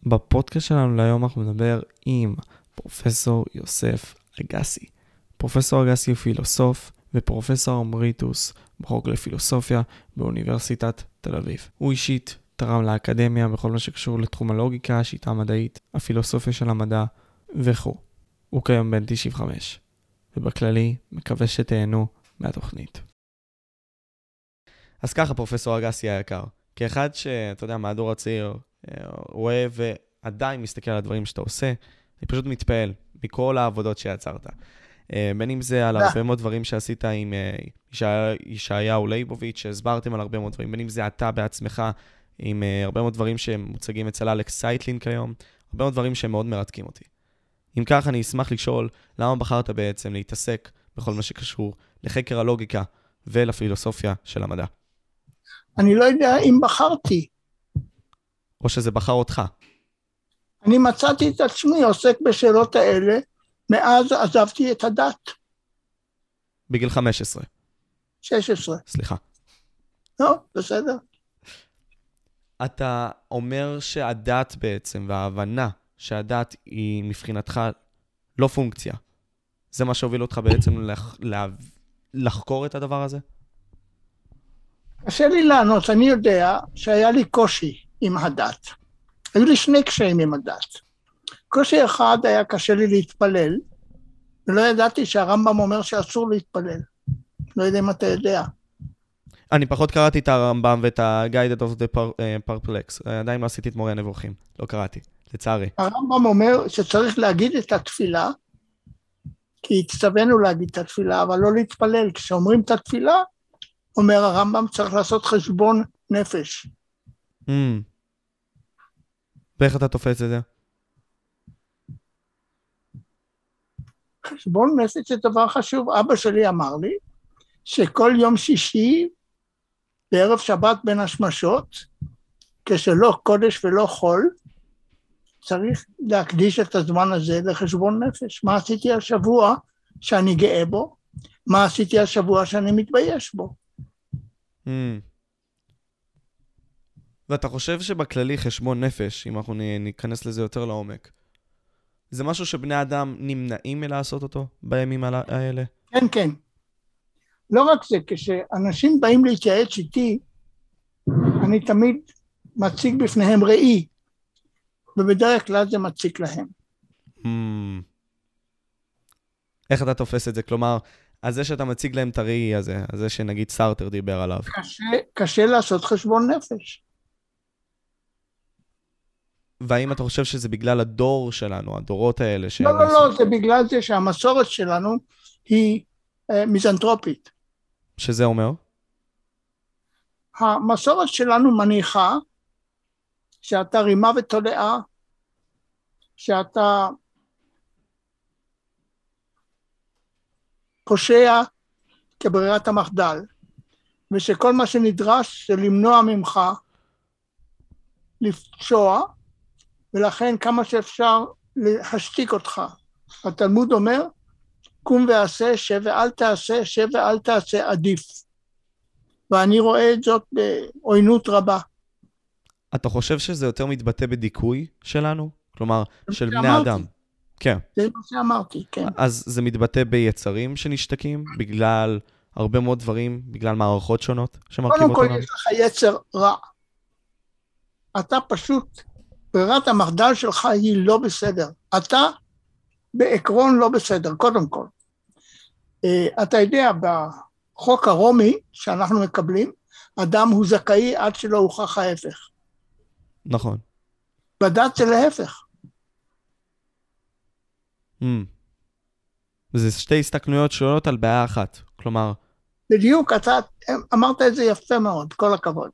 בפודקאסט שלנו להיום אנחנו נדבר עם פרופסור יוסף אגסי. פרופסור אגסי הוא פילוסוף ופרופסור אמריטוס בחוג לפילוסופיה באוניברסיטת תל אביב. הוא אישית תרם לאקדמיה בכל מה שקשור לתחום הלוגיקה, השיטה המדעית, הפילוסופיה של המדע וכו'. הוא כיום בן 95, ובכללי מקווה שתהנו מהתוכנית. אז ככה פרופסור אגסי היקר, כאחד שאתה יודע מהדור הצעיר רואה ועדיין מסתכל על הדברים שאתה עושה, אני פשוט מתפעל מכל העבודות שיצרת. בין אם זה על הרבה מאוד דברים שעשית עם ישעיהו ליבוביץ', שהסברתם על הרבה מאוד דברים, בין אם זה אתה בעצמך, עם הרבה מאוד דברים שמוצגים אצל אלכס סייטלינק היום, הרבה מאוד דברים שהם מאוד מרתקים אותי. אם כך, אני אשמח לשאול, למה בחרת בעצם להתעסק בכל מה שקשור לחקר הלוגיקה ולפילוסופיה של המדע? אני לא יודע אם בחרתי. או שזה בחר אותך? אני מצאתי את עצמי עוסק בשאלות האלה, מאז עזבתי את הדת. בגיל 15? 16. סליחה. לא, בסדר. אתה אומר שהדת בעצם, וההבנה שהדת היא מבחינתך לא פונקציה. זה מה שהוביל אותך בעצם לחקור את הדבר הזה? קשה לי לענות, אני יודע שהיה לי קושי עם הדת. היו לי שני קשיים עם הדת. קושי אחד היה קשה לי להתפלל, ולא ידעתי שהרמב"ם אומר שאסור להתפלל. לא יודע אם אתה יודע. אני פחות קראתי את הרמב"ם ואת ה-Guided of the Perplex. עדיין לא עשיתי את מורה הנבוכים. לא קראתי, לצערי. הרמב"ם אומר שצריך להגיד את התפילה, כי הצטווינו להגיד את התפילה, אבל לא להתפלל. כשאומרים את התפילה, אומר הרמב"ם, צריך לעשות חשבון נפש. ואיך אתה תופס את זה? חשבון נפש זה דבר חשוב. אבא שלי אמר לי, שכל יום שישי, בערב שבת בין השמשות, כשלא קודש ולא חול, צריך להקדיש את הזמן הזה לחשבון נפש. מה עשיתי השבוע שאני גאה בו? מה עשיתי השבוע שאני מתבייש בו? ואתה חושב שבכללי חשבון נפש, אם אנחנו ניכנס לזה יותר לעומק, זה משהו שבני אדם נמנעים מלעשות אותו בימים האלה? כן, כן. לא רק זה, כשאנשים באים להתייעץ איתי, אני תמיד מציג בפניהם ראי, ובדרך כלל זה מציק להם. איך אתה תופס את זה? כלומר, אז זה שאתה מציג להם את הראי הזה, זה שנגיד סארטר דיבר עליו. קשה לעשות חשבון נפש. והאם אתה חושב שזה בגלל הדור שלנו, הדורות האלה? לא, זה בגלל זה שהמסורת שלנו היא מיזנטרופית. שזה אומר? המסורת שלנו מניחה שאתה רימה ותולעה, שאתה פושע כברירת המחדל, ושכל מה שנדרש זה למנוע ממך לפשוע, ולכן כמה שאפשר להשתיק אותך. התלמוד אומר, קום ועשה, שב ואל תעשה, שב ואל תעשה עדיף. ואני רואה את זאת בעוינות רבה. אתה חושב שזה יותר מתבטא בדיכוי שלנו? כלומר, של בני אדם? כן. זה מה שאמרתי, כן. אז זה מתבטא ביצרים שנשתקים, בגלל הרבה מאוד דברים, בגלל מערכות שונות שמרכיבות אותנו? קודם כל יש לך יצר רע. אתה פשוט, ברירת המחדל שלך היא לא בסדר. אתה בעקרון לא בסדר, קודם כל. אתה יודע, בחוק הרומי שאנחנו מקבלים, אדם הוא זכאי עד שלא הוכח ההפך. נכון. בדת זה להפך. זה שתי הסתכלויות שונות על בעיה אחת, כלומר... בדיוק, אתה אמרת את זה יפה מאוד, כל הכבוד.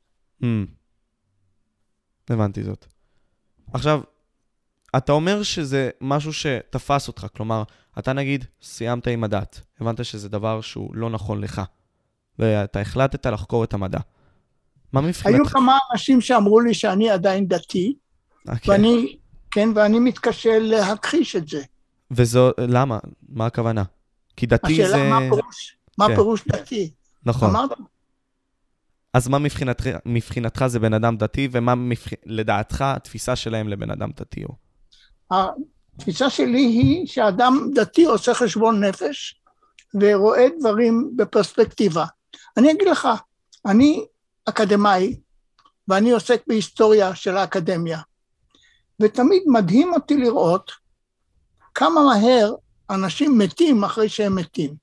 הבנתי זאת. עכשיו, אתה אומר שזה משהו שתפס אותך, כלומר, אתה נגיד סיימת עם הדת, הבנת שזה דבר שהוא לא נכון לך, ואתה החלטת לחקור את המדע. מה מבחינתך? היו כמה אנשים שאמרו לי שאני עדיין דתי, ואני מתקשה להכחיש את זה. וזו, למה? מה הכוונה? כי דתי זה... השאלה מה פירוש דתי? נכון. אז מה מבחינתך זה בן אדם דתי, ומה לדעתך התפיסה שלהם לבן אדם דתי הוא? התפיסה שלי היא שאדם דתי עושה חשבון נפש, ורואה דברים בפרספקטיבה. אני אגיד לך, אני אקדמאי, ואני עוסק בהיסטוריה של האקדמיה, ותמיד מדהים אותי לראות כמה מהר אנשים מתים אחרי שהם מתים.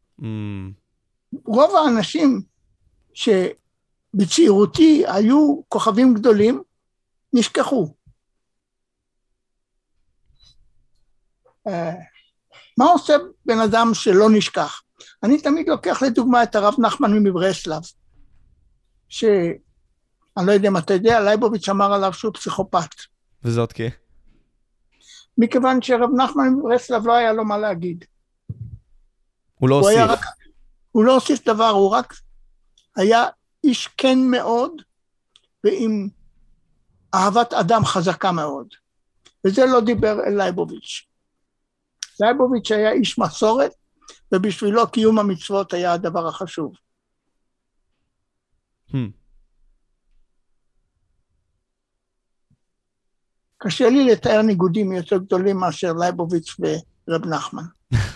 רוב האנשים שבצעירותי היו כוכבים גדולים, נשכחו. מה עושה בן אדם שלא נשכח? אני תמיד לוקח לדוגמה את הרב נחמן מברסלב, אני לא יודע אם אתה יודע, לייבוביץ' אמר עליו שהוא פסיכופת. וזאת כי? מכיוון שרב נחמן מברסלב לא היה לו מה להגיד. הוא לא הוסיף. הוא לא הוסיף דבר, הוא רק היה איש כן מאוד, ועם אהבת אדם חזקה מאוד. וזה לא דיבר אל לייבוביץ'. לייבוביץ' היה איש מסורת, ובשבילו קיום המצוות היה הדבר החשוב. קשה לי לתאר ניגודים יותר גדולים מאשר לייבוביץ' ורב נחמן.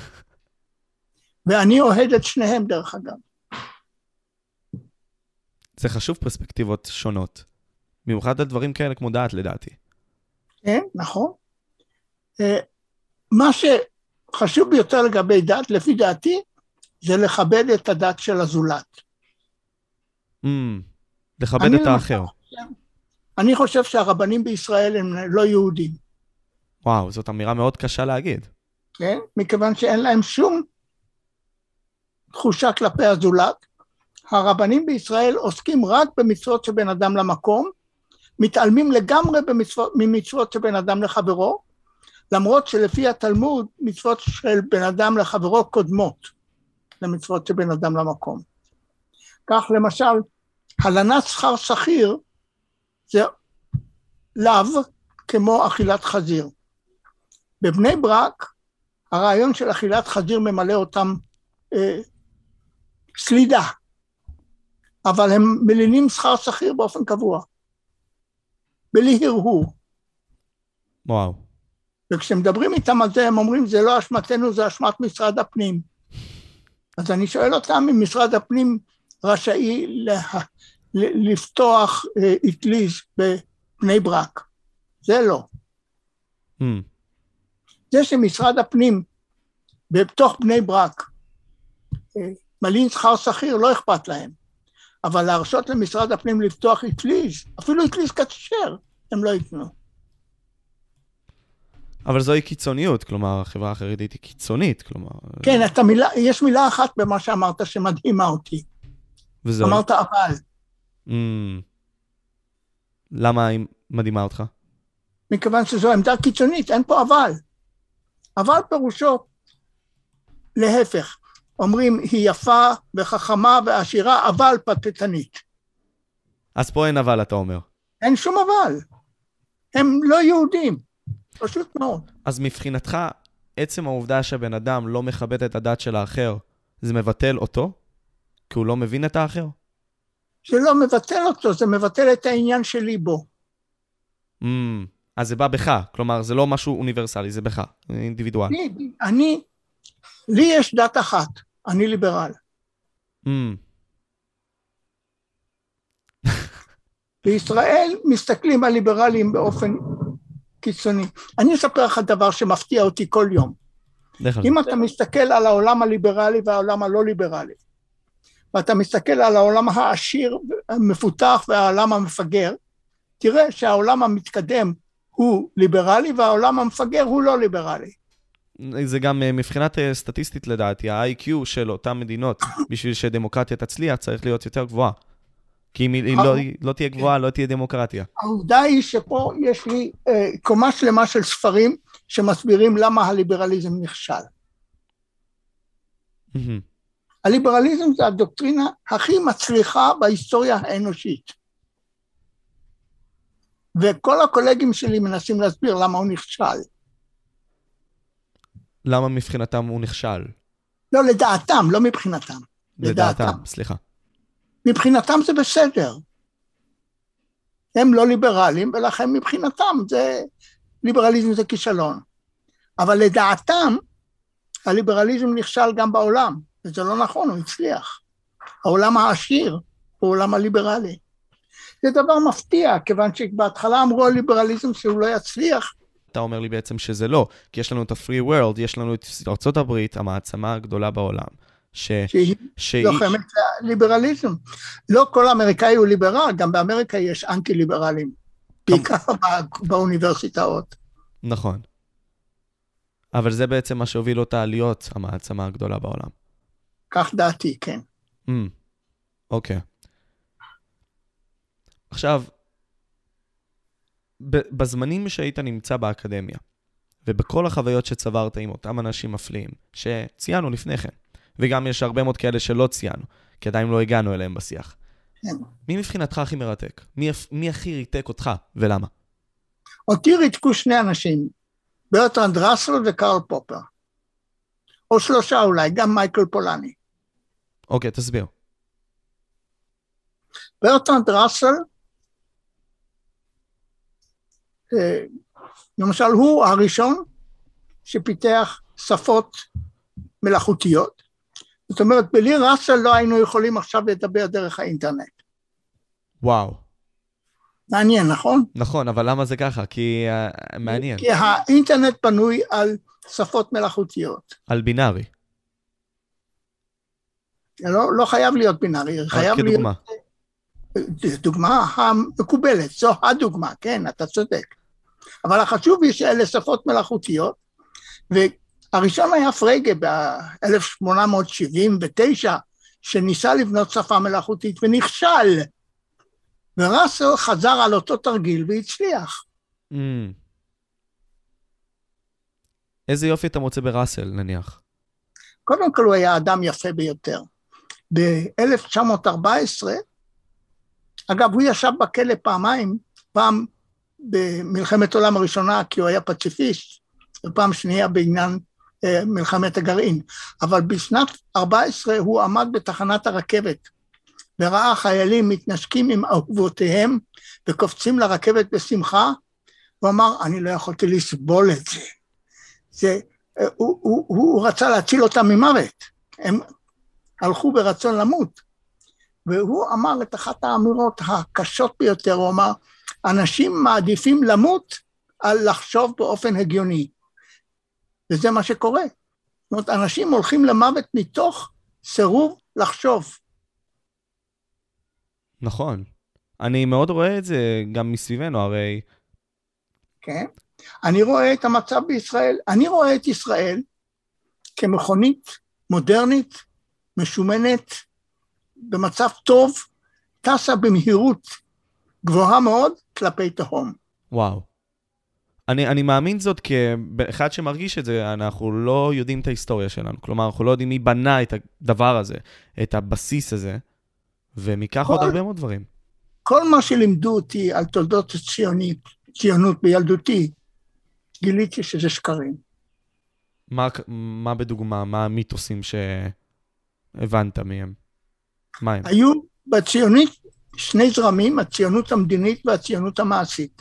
ואני אוהד את שניהם דרך אגב. זה חשוב פרספקטיבות שונות. במיוחד על דברים כאלה כמו דעת לדעתי. כן, נכון. מה שחשוב ביותר לגבי דת, לפי דעתי, זה לכבד את הדת של הזולת. לכבד את האחר. אני חושב שהרבנים בישראל הם לא יהודים. וואו, זאת אמירה מאוד קשה להגיד. כן? מכיוון שאין להם שום תחושה כלפי הזולת. הרבנים בישראל עוסקים רק במצוות שבין אדם למקום, מתעלמים לגמרי ממצוות שבין אדם לחברו, למרות שלפי התלמוד מצוות של בן אדם לחברו קודמות למצוות שבין אדם למקום. כך למשל, הלנת שכר שכיר זה לאו כמו אכילת חזיר. בבני ברק הרעיון של אכילת חזיר ממלא אותם סלידה, אבל הם מלינים שכר שכיר באופן קבוע, בלי הרהור. וואו. וכשמדברים איתם על זה, הם אומרים, זה לא אשמתנו, זה אשמת משרד הפנים. אז אני שואל אותם, אם משרד הפנים רשאי לפתוח אטליז בבני ברק. זה לא. זה שמשרד הפנים בתוך בני ברק מלין שכר שכיר, לא אכפת להם. אבל להרשות למשרד הפנים לפתוח אטליז, אפילו אטליז כשר, הם לא ייתנו. אבל זוהי קיצוניות, כלומר, החברה החרדית היא קיצונית, כלומר... כן, יש מילה אחת במה שאמרת שמדהימה אותי. וזוהי? אמרת אבל. למה היא מדהימה אותך? מכיוון שזו עמדה קיצונית, אין פה אבל. אבל פירושו להפך. אומרים, היא יפה וחכמה ועשירה, אבל פתטנית. אז פה אין אבל, אתה אומר. אין שום אבל. הם לא יהודים. פשוט מאוד. אז מבחינתך, עצם העובדה שהבן אדם לא מכבד את הדת של האחר, זה מבטל אותו? כי הוא לא מבין את האחר? זה לא מבטל אותו, זה מבטל את העניין שלי בו. אז זה בא בך, כלומר, זה לא משהו אוניברסלי, זה בך, אינדיבידואל. לי יש דת אחת, אני ליברל. בישראל מסתכלים על ליברלים באופן קיצוני. אני אספר לך דבר שמפתיע אותי כל יום. אם אתה מסתכל על העולם הליברלי והעולם הלא ליברלי, ואתה מסתכל על העולם העשיר, המפותח והעולם המפגר, תראה שהעולם המתקדם הוא ליברלי והעולם המפגר הוא לא ליברלי. זה גם מבחינת סטטיסטית לדעתי, ה-IQ של אותן מדינות, בשביל שדמוקרטיה תצליח, צריך להיות יותר גבוהה. כי אם היא לא תהיה גבוהה, לא תהיה דמוקרטיה. העובדה היא שפה יש לי קומה שלמה של ספרים שמסבירים למה הליברליזם נכשל. הליברליזם זה הדוקטרינה הכי מצליחה בהיסטוריה האנושית. וכל הקולגים שלי מנסים להסביר למה הוא נכשל. למה מבחינתם הוא נכשל? לא, לדעתם, לא מבחינתם. לדעתם, סליחה. מבחינתם זה בסדר. הם לא ליברלים, ולכן מבחינתם ליברליזם זה כישלון. אבל לדעתם, הליברליזם נכשל גם בעולם, וזה לא נכון, הוא הצליח. העולם העשיר הוא העולם הליברלי. זה דבר מפתיע, כיוון שבהתחלה אמרו על ליברליזם שהוא לא יצליח. אתה אומר לי בעצם שזה לא, כי יש לנו את ה-free world, יש לנו את ארצות הברית, המעצמה הגדולה בעולם, שהיא לוחמת ליברליזם. לא כל האמריקאי הוא ליברל, גם באמריקה יש אנטי-ליברלים, בעיקר באוניברסיטאות. נכון. אבל זה בעצם מה שהוביל אותה להיות המעצמה הגדולה בעולם. כך דעתי, כן. אוקיי. עכשיו, בזמנים שהיית נמצא באקדמיה, ובכל החוויות שצברת עם אותם אנשים מפליאים, שציינו לפני כן, וגם יש הרבה מאוד כאלה שלא ציינו, כי עדיין לא הגענו אליהם בשיח. כן. מי מבחינתך הכי מרתק? מי הכי ריתק אותך, ולמה? אותי ריתקו שני אנשים, ברטרנד ראסל וקרל פופר. או שלושה אולי, גם מייקל פולני. אוקיי, תסביר. ברטרנד ראסל, למשל הוא הראשון שפיתח שפות מלאכותיות. זאת אומרת, בלי ראסל לא היינו יכולים עכשיו לדבר דרך האינטרנט. וואו. מעניין, נכון? נכון, אבל למה זה ככה? כי מעניין. כי האינטרנט בנוי על שפות מלאכותיות. על בינארי. לא חייב להיות בינארי, חייב להיות... כדוגמה. דוגמה המקובלת, זו הדוגמה, כן, אתה צודק. אבל החשוב היא שאלה שפות מלאכותיות, והראשון היה פרייגה ב-1879, שניסה לבנות שפה מלאכותית ונכשל, וראסל חזר על אותו תרגיל והצליח. איזה יופי אתה מוצא בראסל, נניח? קודם כל הוא היה אדם יפה ביותר. ב-1914, אגב, הוא ישב בכלא פעמיים, פעם במלחמת העולם הראשונה, כי הוא היה פציפיסט, ופעם שנייה בעניין מלחמת הגרעין. אבל בשנת 14 הוא עמד בתחנת הרכבת, וראה חיילים מתנשקים עם אהובותיהם, וקופצים לרכבת בשמחה, הוא אמר, אני לא יכולתי לסבול את זה. הוא רצה להציל אותם ממוות, הם הלכו ברצון למות. והוא אמר את אחת האמירות הקשות ביותר, הוא אמר, אנשים מעדיפים למות על לחשוב באופן הגיוני. וזה מה שקורה. זאת אומרת, אנשים הולכים למוות מתוך סירוב לחשוב. נכון. אני מאוד רואה את זה גם מסביבנו, הרי... כן. אני רואה את המצב בישראל, אני רואה את ישראל כמכונית מודרנית, משומנת, במצב טוב, טסה במהירות גבוהה מאוד כלפי תהום. וואו. אני מאמין זאת כאחד שמרגיש את זה, אנחנו לא יודעים את ההיסטוריה שלנו. כלומר, אנחנו לא יודעים מי בנה את הדבר הזה, את הבסיס הזה, ומכך עוד הרבה מאוד דברים. כל מה שלימדו אותי על תולדות ציונות בילדותי, גיליתי שזה שקרים. מה בדוגמה, מה המיתוסים שהבנת מהם? מה הם? היו בציונית שני זרמים, הציונות המדינית והציונות המעשית.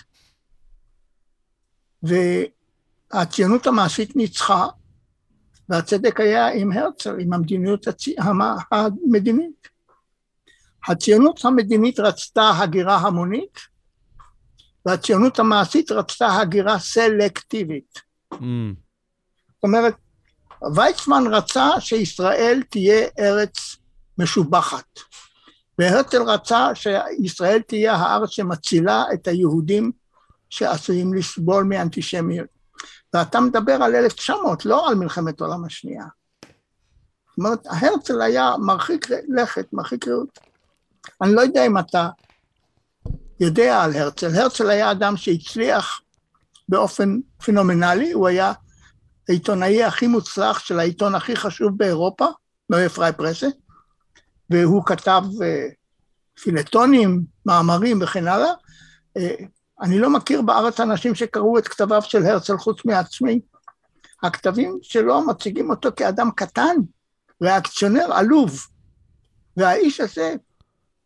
והציונות המעשית ניצחה, והצדק היה עם הרצל, עם המדיניות המדינית. הציונות המדינית רצתה הגירה המונית, והציונות המעשית רצתה הגירה סלקטיבית. זאת אומרת, ויצמן רצה שישראל תהיה ארץ משובחת, והרצל רצה שישראל תהיה הארץ שמצילה את היהודים שעשויים לסבול מאנטישמיות. ואתה מדבר על 1900, לא על מלחמת העולם השנייה. זאת אומרת, הרצל היה מרחיק לכת, מרחיק ראות. אני לא יודע אם אתה יודע על הרצל. הרצל היה אדם שהצליח באופן פנומנלי, הוא היה העיתונאי הכי מוצלח של העיתון הכי חשוב באירופה, נויה פריי פרסה, והוא כתב פילטונים, מאמרים וכן הלאה. אני לא מכיר בארץ אנשים שקראו את כתביו של הרצל חוץ מעצמי. הכתבים שלו מציגים אותו כאדם קטן, ריאקציונר עלוב, והאיש הזה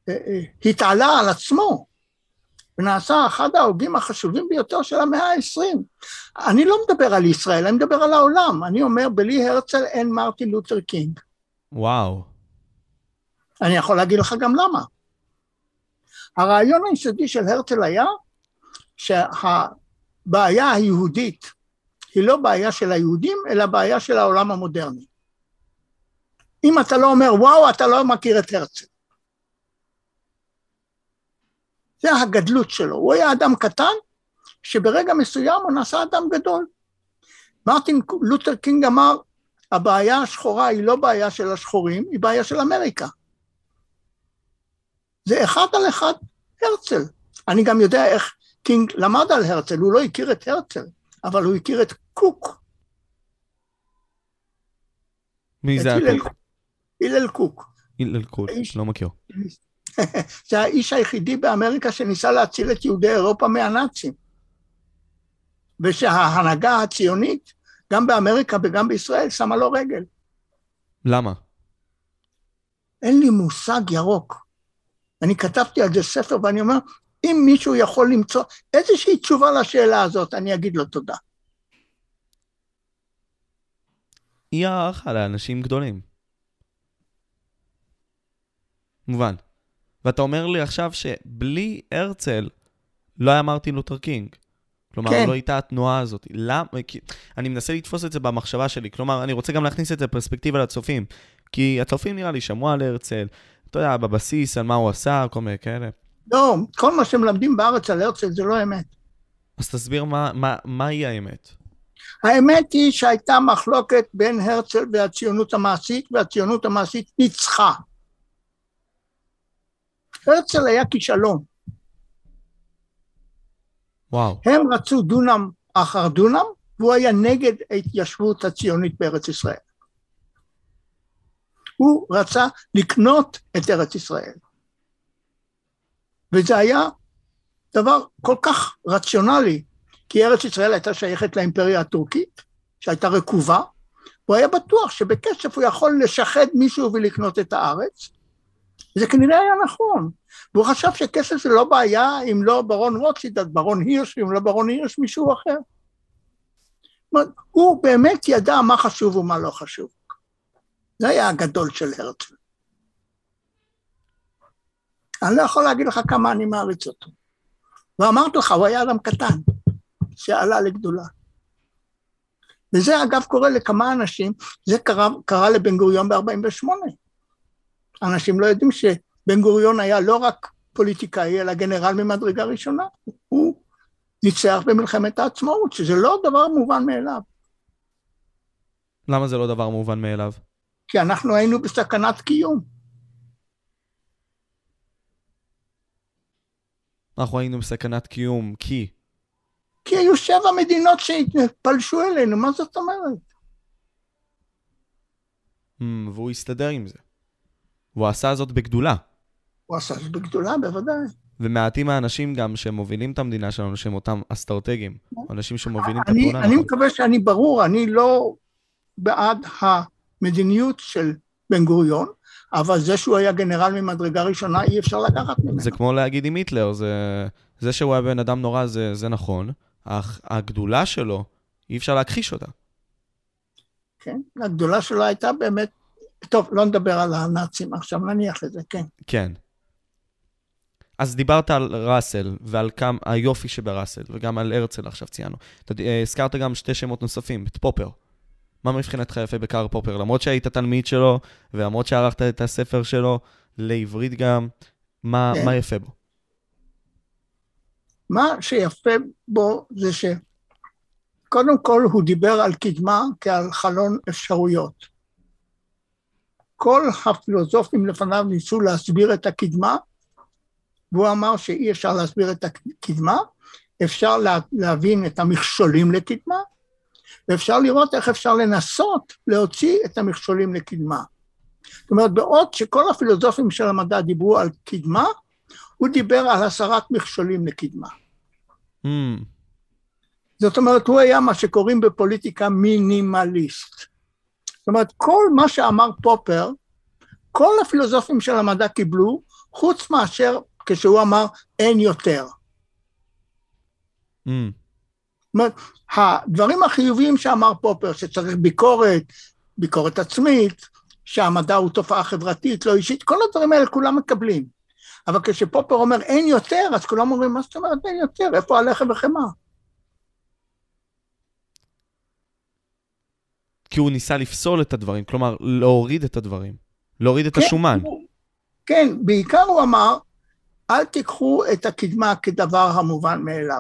התעלה על עצמו, ונעשה אחד ההוגים החשובים ביותר של המאה ה-20. אני לא מדבר על ישראל, אני מדבר על העולם. אני אומר, בלי הרצל אין מרטין לותר קינג. וואו. אני יכול להגיד לך גם למה. הרעיון היסודי של הרצל היה, שהבעיה היהודית היא לא בעיה של היהודים, אלא בעיה של העולם המודרני. אם אתה לא אומר, וואו, אתה לא מכיר את הרצל. זה הגדלות שלו. הוא היה אדם קטן, שברגע מסוים הוא נעשה אדם גדול. מרטין לותר קינג אמר, הבעיה השחורה היא לא בעיה של השחורים, היא בעיה של אמריקה. זה אחד על אחד הרצל. אני גם יודע איך קינג למד על הרצל, הוא לא הכיר את הרצל, אבל הוא הכיר את קוק. מי זה הקוק? הלל קוק. הלל קוק, לא מכיר. זה האיש היחידי באמריקה שניסה להציל את יהודי אירופה מהנאצים. ושההנהגה הציונית, גם באמריקה וגם בישראל, שמה לו רגל. למה? אין לי מושג ירוק. אני כתבתי על זה ספר ואני אומר, אם מישהו יכול למצוא איזושהי תשובה לשאלה הזאת, אני אגיד לו תודה. היא הערכה לאנשים גדולים. מובן. ואתה אומר לי עכשיו שבלי הרצל לא היה מרטין לותר קינג. כלומר, כן. לא הייתה התנועה הזאת. למה? אני מנסה לתפוס את זה במחשבה שלי. כלומר, אני רוצה גם להכניס את זה בפרספקטיבה לצופים. כי הצופים נראה לי שמעו על הרצל, אתה יודע, בבסיס, על מה הוא עשה, כל מיני כאלה. לא, כל מה שמלמדים בארץ על הרצל זה לא אמת. אז תסביר מה היא האמת. האמת היא שהייתה מחלוקת בין הרצל והציונות המעשית, והציונות המעשית ניצחה. הרצל היה כישלון. וואו. הם רצו דונם אחר דונם, והוא היה נגד ההתיישבות הציונית בארץ ישראל. הוא רצה לקנות את ארץ ישראל. וזה היה דבר כל כך רציונלי, כי ארץ ישראל הייתה שייכת לאימפריה הטורקית, שהייתה רקובה, הוא היה בטוח שבכסף הוא יכול לשחד מישהו ולקנות את הארץ, וזה כנראה היה נכון. והוא חשב שכסף זה לא בעיה אם לא ברון רוטשילד, אז ברון הירש, אם לא ברון הירש, מישהו אחר. הוא באמת ידע מה חשוב ומה לא חשוב. זה היה הגדול של הרצל. אני לא יכול להגיד לך כמה אני מעריץ אותו. ואמרתי לך, הוא היה אדם קטן, שעלה לגדולה. וזה אגב קורה לכמה אנשים, זה קרה לבן גוריון ב-48. אנשים לא יודעים שבן גוריון היה לא רק פוליטיקאי, אלא גנרל ממדרגה ראשונה. הוא ניצח במלחמת העצמאות, שזה לא דבר מובן מאליו. למה זה לא דבר מובן מאליו? כי אנחנו היינו בסכנת קיום. אנחנו היינו בסכנת קיום, כי היו 7 מדינות שהתפלשו אלינו, מה זאת אומרת? והוא הסתדר עם זה. הוא עשה זאת בגדולה. הוא עשה זאת בגדולה, בוודאי. ומעטים האנשים גם שמובילים את המדינה שלנו, שהם אותם אסטרטגיים. אנשים שמובילים את התמונה. אני מקווה שאני ברור, אני לא בעד המדיניות של בן גוריון, אבל זה שהוא היה גנרל ממדרגה ראשונה, אי אפשר לקחת ממנו. זה כמו להגיד עם היטלר, זה שהוא היה בן אדם נורא, זה נכון. הגדולה שלו, אי אפשר להכחיש אותה. כן, הגדולה שלו הייתה באמת, טוב, לא נדבר על הנאצים עכשיו, נניח לזה, כן. כן. אז דיברת על ראסל, ועל כמה היופי שבראסל, וגם על הרצל עכשיו ציינו. הזכרת גם 2 שמות נוספים, את פופר. מה מבחינתך יפה בקארל פופר? למרות שהיית תלמיד שלו, ולמרות שערכת את הספר שלו, לעברית גם, מה יפה בו? מה שיפה בו זה שקודם כל הוא דיבר על קדמה כעל חלון אפשרויות. כל הפילוסופים לפניו ניסו להסביר את הקדמה, והוא אמר שאי אפשר להסביר את הקדמה, אפשר להבין את המכשולים לקדמה, ואפשר לראות איך אפשר לנסות להוציא את המכשולים לקדמה. זאת אומרת, בעוד שכל הפילוסופים של המדע דיברו על קדמה, הוא דיבר על הסרת מכשולים לקדמה. זאת אומרת, הוא היה מה שקוראים בפוליטיקה מינימליסט. זאת אומרת, כל מה שאמר פופר, כל הפילוסופים של המדע קיבלו, חוץ מאשר כשהוא אמר אין יותר. Mm. זאת אומרת, הדברים החיוביים שאמר פופר, שצריך ביקורת עצמית, שהמדע הוא תופעה חברתית, לא אישית, כל הדברים האלה כולם מקבלים. אבל כשפופר אומר אין יותר, אז כולם אומרים, מה זאת אומרת אין יותר? איפה הלחם וחמאה? כי הוא ניסה לפסול את הדברים, כלומר, להוריד את הדברים, להוריד את השומן. כן, בעיקר הוא אמר, אל תיקחו את הקדמה כדבר המובן מאליו.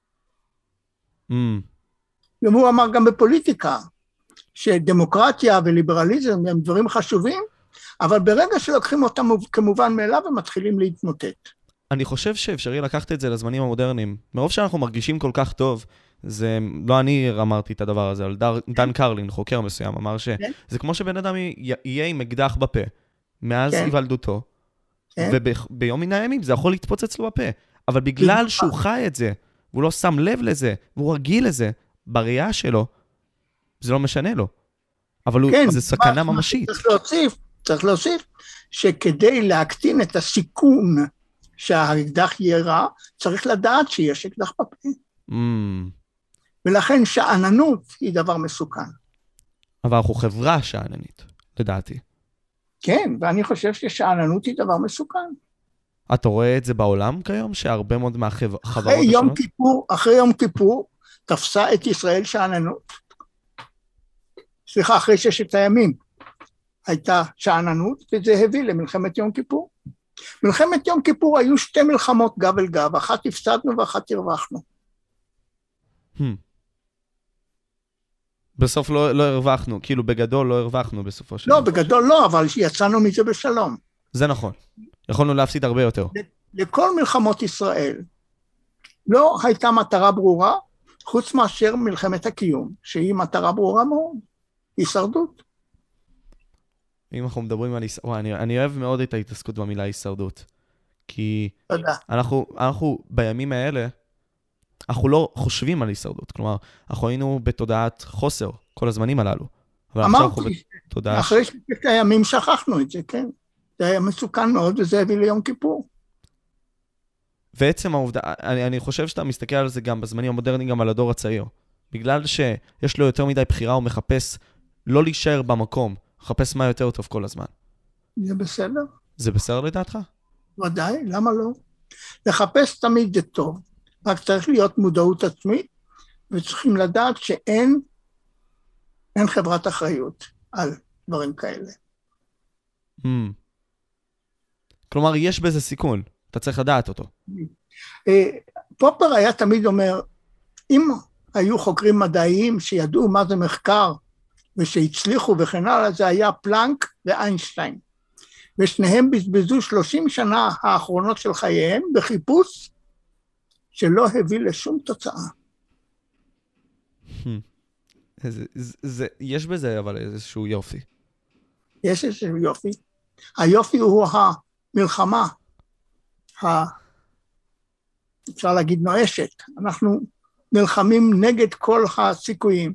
והוא אמר גם בפוליטיקה, שדמוקרטיה וליברליזם הם דברים חשובים, אבל ברגע שלוקחים אותם כמובן מאליו, הם מתחילים להתמוטט. אני חושב שאפשרי לקחת את זה לזמנים המודרניים. מרוב שאנחנו מרגישים כל כך טוב, זה לא אני אמרתי את הדבר הזה, אבל דן קרלין, חוקר מסוים, אמר שזה כמו שבן אדם יהיה עם אקדח בפה, מאז היוולדותו, וביום מן הימים זה יכול להתפוצץ לו בפה. אבל בגלל שהוא חי את זה, והוא לא שם לב לזה, והוא רגיל לזה, בראייה שלו, זה לא משנה לו. אבל זה סכנה ממשית. צריך להוסיף שכדי להקטין את הסיכון שהאקדח יהיה רע, צריך לדעת שיש אקדח בפה. ולכן שאננות היא דבר מסוכן. אבל אנחנו חברה שאננית, לדעתי. כן, ואני חושב ששאננות היא דבר מסוכן. אתה רואה את זה בעולם כיום, שהרבה מאוד מהחברות אחרי יום כיפור, תפסה את ישראל שאננות. סליחה, אחרי 6 הימים, הייתה שאננות, וזה הביא למלחמת יום כיפור. מלחמת יום כיפור היו 2 מלחמות גב אל גב, אחת הפסדנו ואחת הרווחנו. בסוף לא הרווחנו, כאילו בגדול לא הרווחנו בסופו של דבר. לא, בגדול לא, אבל יצאנו מזה בשלום. זה נכון. יכולנו להפסיד הרבה יותר. לכל מלחמות ישראל לא הייתה מטרה ברורה, חוץ מאשר מלחמת הקיום, שהיא מטרה ברורה מאוד, הישרדות. אם אנחנו מדברים על הישרדות, אני אוהב מאוד את ההתעסקות במילה הישרדות, כי אנחנו בימים האלה, אנחנו לא חושבים על הישרדות, כלומר, אנחנו היינו בתודעת חוסר כל הזמנים הללו. אמרתי, אחרי 6 הימים שכחנו את זה, כן. זה היה מסוכן מאוד, וזה הביא ליום כיפור. ועצם העובדה, אני חושב שאתה מסתכל על זה גם בזמנים המודרניים, גם על הדור הצעיר. בגלל שיש לו יותר מדי בחירה, הוא מחפש לא להישאר במקום, מחפש מה יותר טוב כל הזמן. זה בסדר? זה בסדר לדעתך? ודאי, למה לא? לחפש תמיד זה טוב, רק צריך להיות מודעות עצמית, וצריכים לדעת שאין חברת אחריות על דברים כאלה. כלומר, יש בזה סיכון, אתה צריך לדעת אותו. פופר היה תמיד אומר, אם היו חוקרים מדעיים שידעו מה זה מחקר, ושהצליחו וכן הלאה, זה היה פלנק ואיינשטיין. ושניהם בזבזו 30 שנה האחרונות של חייהם בחיפוש שלא הביא לשום תוצאה. יש בזה אבל איזשהו יופי. יש איזשהו יופי. היופי הוא המלחמה, אפשר להגיד נואשת. אנחנו נלחמים נגד כל הסיכויים.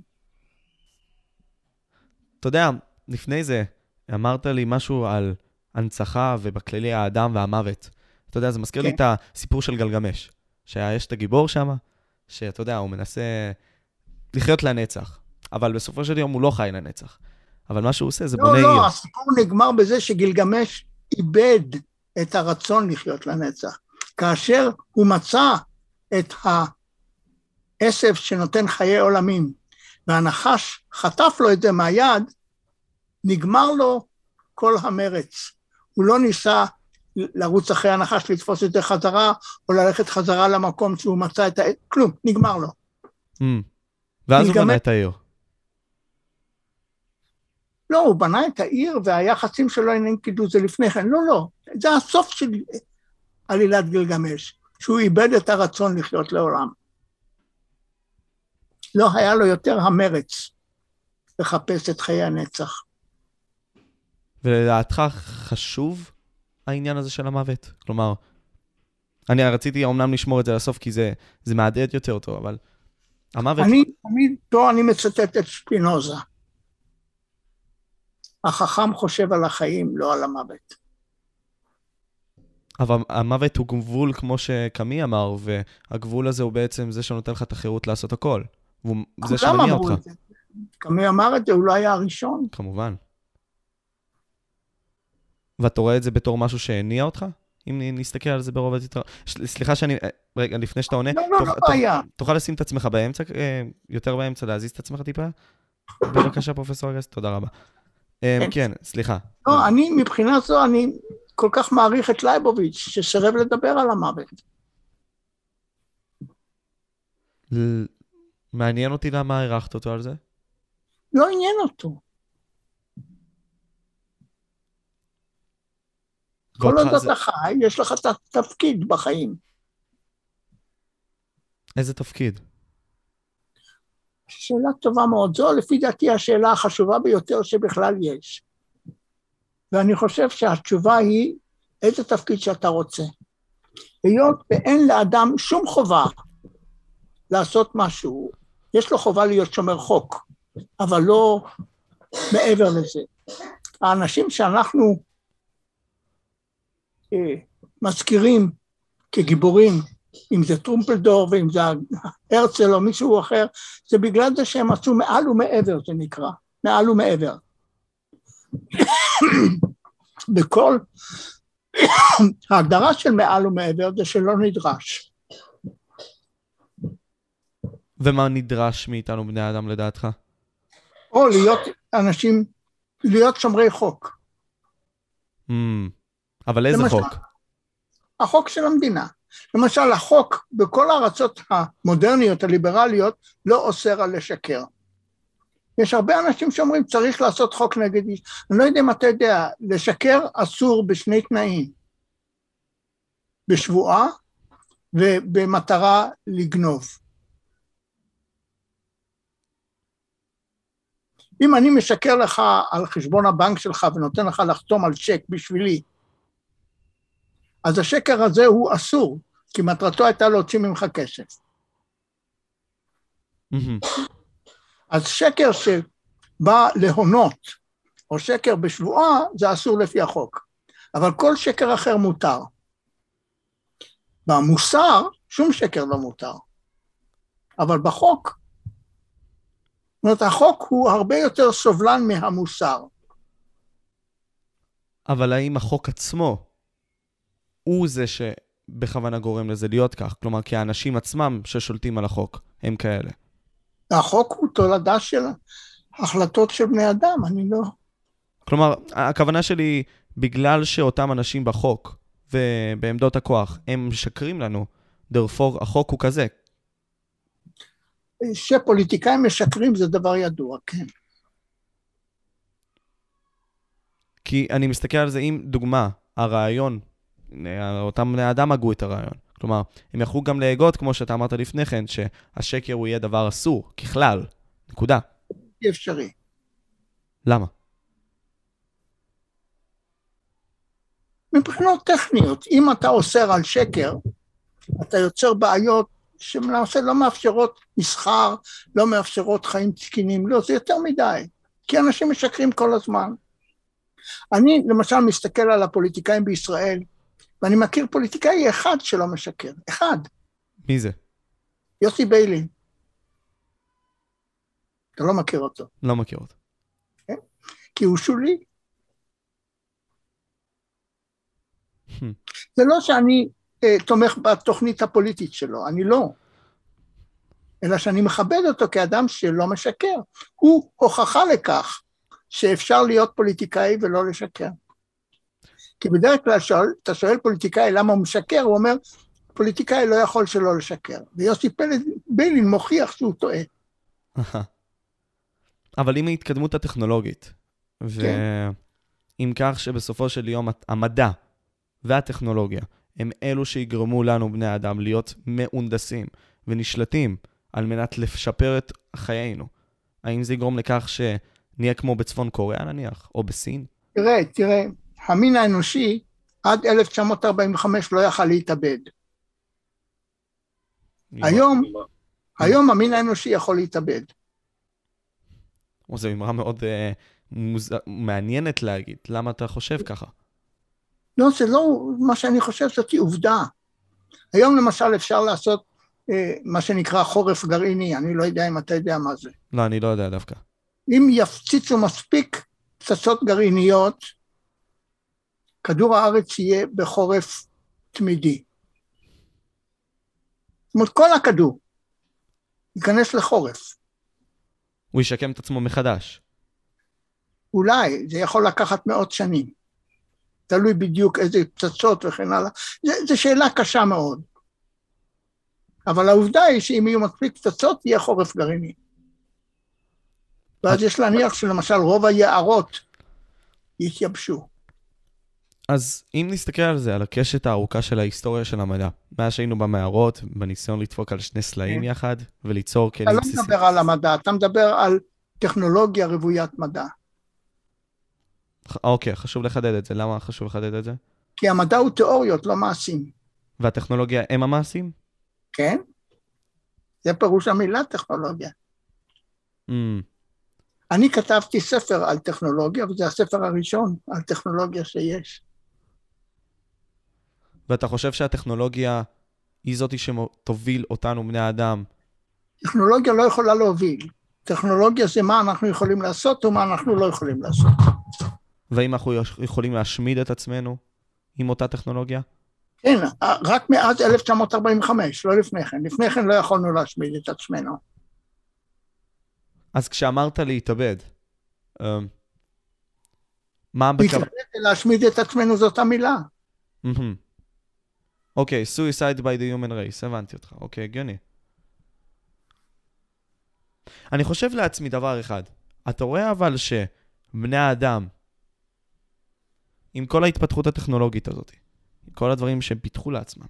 אתה יודע, לפני זה אמרת לי משהו על הנצחה ובכללי האדם והמוות. אתה יודע, זה מזכיר לי את הסיפור של גלגמש, שיש את הגיבור שם, שאתה יודע, הוא מנסה לחיות לנצח, אבל בסופו של יום הוא לא חי לנצח. אבל מה שהוא עושה זה בונה עיר. לא, הסיפור נגמר בזה שגלגמש איבד את הרצון לחיות לנצח. כאשר הוא מצא את העשב שנותן חיי עולמים, והנחש חטף לו את זה מהיד, נגמר לו כל המרץ. הוא לא ניסה לרוץ אחרי הנחש, לתפוס את זה חזרה, או ללכת חזרה למקום שהוא מצא את כלום, נגמר לו. ואז הוא בנה את העיר. לא, הוא בנה את העיר, והיחסים שלו אינם קידו זה לפני כן. לא, זה הסוף של עלילת גלגמש, שהוא איבד את הרצון לחיות לעולם. לא היה לו יותר המרץ לחפש את חיי הנצח. ולדעתך חשוב העניין הזה של המוות? כלומר, אני רציתי אומנם לשמור את זה לסוף, כי זה מעדד יותר טוב, אבל המוות... אני מצטט את ספינוזה. החכם חושב על החיים, לא על המוות. אבל המוות הוא גבול כמו שקמי אמר, והגבול הזה הוא בעצם זה שנותן לך את החירות לעשות הכל. וזה שמניע אותך. קמי אמר את זה, הוא לא היה הראשון. כמובן. ואתה רואה את זה בתור משהו שהניע אותך? אם נסתכל על זה ברובד יותר... סליחה שאני... רגע, לפני שאתה עונה... לא היה. תוכל לשים את עצמך באמצע, יותר באמצע, להזיז את עצמך טיפה? בבקשה, פרופסור אגס, תודה רבה. כן, סליחה. לא, אני מבחינה זו, אני כל כך מעריך את לייבוביץ' שסרב לדבר על המוות. מעניין אותי למה הערכת אותו על זה? לא עניין אותו. כל עוד אתה חי, יש לך את התפקיד בחיים. איזה תפקיד? שאלה טובה מאוד. זו לפי דעתי השאלה החשובה ביותר שבכלל יש. ואני חושב שהתשובה היא איזה תפקיד שאתה רוצה. היות ואין לאדם שום חובה לעשות משהו, יש לו חובה להיות שומר חוק, אבל לא מעבר לזה. האנשים שאנחנו מזכירים כגיבורים, אם זה טרומפלדור ואם זה הרצל או מישהו אחר, זה בגלל זה שהם עשו מעל ומעבר, זה נקרא, מעל ומעבר. בכל ההגדרה של מעל ומעבר זה שלא נדרש. ומה נדרש מאיתנו בני האדם לדעתך? או להיות אנשים, להיות שומרי חוק. אבל איזה למשל, חוק? החוק של המדינה. למשל, החוק בכל הארצות המודרניות, הליברליות, לא אוסר על לשקר. יש הרבה אנשים שאומרים, צריך לעשות חוק נגד איש. אני לא יודע אם אתה יודע, לשקר אסור בשני תנאים. בשבועה ובמטרה לגנוב. אם אני משקר לך על חשבון הבנק שלך ונותן לך לחתום על צ'ק בשבילי, אז השקר הזה הוא אסור, כי מטרתו הייתה להוציא ממך כסף. אז שקר שבא להונות, או שקר בשבועה, זה אסור לפי החוק. אבל כל שקר אחר מותר. במוסר, שום שקר לא מותר. אבל בחוק, זאת אומרת, החוק הוא הרבה יותר סובלן מהמוסר. אבל האם החוק עצמו הוא זה שבכוונה גורם לזה להיות כך? כלומר, כי האנשים עצמם ששולטים על החוק הם כאלה. החוק הוא תולדה של החלטות של בני אדם, אני לא... כלומר, הכוונה שלי, בגלל שאותם אנשים בחוק ובעמדות הכוח, הם משקרים לנו, דרפור, החוק הוא כזה. שפוליטיקאים משקרים זה דבר ידוע, כן. כי אני מסתכל על זה, אם דוגמה, הרעיון, אותם בני האדם הגו את הרעיון. כלומר, הם יכלו גם להגות, כמו שאתה אמרת לפני כן, שהשקר הוא יהיה דבר אסור, ככלל, נקודה. אי אפשרי. למה? מבחינות טכניות, אם אתה אוסר על שקר, אתה יוצר בעיות שלמעשה לא מאפשרות מסחר, לא מאפשרות חיים תקינים, לא, זה יותר מדי, כי אנשים משקרים כל הזמן. אני למשל מסתכל על הפוליטיקאים בישראל, ואני מכיר פוליטיקאי אחד שלא משקר, אחד. מי זה? יוסי ביילין. אתה לא מכיר אותו. לא מכיר אותו. כן? כי הוא שולי. זה לא שאני תומך בתוכנית הפוליטית שלו, אני לא. אלא שאני מכבד אותו כאדם שלא משקר. הוא הוכחה לכך שאפשר להיות פוליטיקאי ולא לשקר. כי בדרך כלל אתה שואל פוליטיקאי למה הוא משקר, הוא אומר, פוליטיקאי לא יכול שלא לשקר. ויוסי ביילין מוכיח שהוא טועה. אבל עם ההתקדמות הטכנולוגית, ועם כך שבסופו של יום המדע והטכנולוגיה, הם אלו שיגרמו לנו בני האדם להיות מהונדסים ונשלטים על מנת לשפר את חיינו. האם זה יגרום לכך שנהיה כמו בצפון קוריאה נניח, או בסין? תראה, המין האנושי עד 1945 לא יכל להתאבד. היום המין האנושי יכול להתאבד. זו אמרה מאוד מעניינת להגיד. למה אתה חושב ככה? לא, זה לא מה שאני חושב, זאת עובדה. היום למשל אפשר לעשות מה שנקרא חורף גרעיני, אני לא יודע אם אתה יודע מה זה. לא, אני לא יודע דווקא. אם יפציצו מספיק פצצות גרעיניות, כדור הארץ יהיה בחורף תמידי. זאת אומרת, כל הכדור ייכנס לחורף. הוא ישקם את עצמו מחדש. אולי, זה יכול לקחת מאות שנים. תלוי בדיוק איזה פצצות וכן הלאה. זו שאלה קשה מאוד. אבל העובדה היא שאם יהיו מספיק פצצות, יהיה חורף גרעיני. ואז יש להניח שלמשל רוב היערות יתייבשו. אז אם נסתכל על זה, על הקשת הארוכה של ההיסטוריה של המדע, מאז שהיינו במערות, בניסיון לדפוק על שני סלעים יחד, וליצור כלים בסיסיים. אתה לא מדבר על המדע, אתה מדבר על טכנולוגיה רוויית מדע. אוקיי, חשוב לחדד את זה. למה חשוב לחדד את זה? כי המדע הוא תיאוריות, לא מעשים. והטכנולוגיה הם המעשים? כן. זה פירוש המילה טכנולוגיה. אני כתבתי ספר על טכנולוגיה, וזה הספר הראשון על טכנולוגיה שיש. ואתה חושב שהטכנולוגיה היא זאת שתוביל אותנו בני האדם? טכנולוגיה לא יכולה להוביל. טכנולוגיה זה מה אנחנו יכולים לעשות ומה אנחנו לא יכולים לעשות. והאם אנחנו יכולים להשמיד את עצמנו עם אותה טכנולוגיה? כן, רק מאז 1945, לא לפני כן. לפני כן לא יכולנו להשמיד את עצמנו. אז כשאמרת להתאבד, מה להתאבד להשמיד את עצמנו זאת המילה. אוקיי, suicide by the human race, הבנתי אותך. אוקיי, הגיוני. אני חושב לעצמי דבר אחד. אתה רואה אבל שבני האדם, עם כל ההתפתחות הטכנולוגית הזאת, עם כל הדברים שהם פיתחו לעצמם,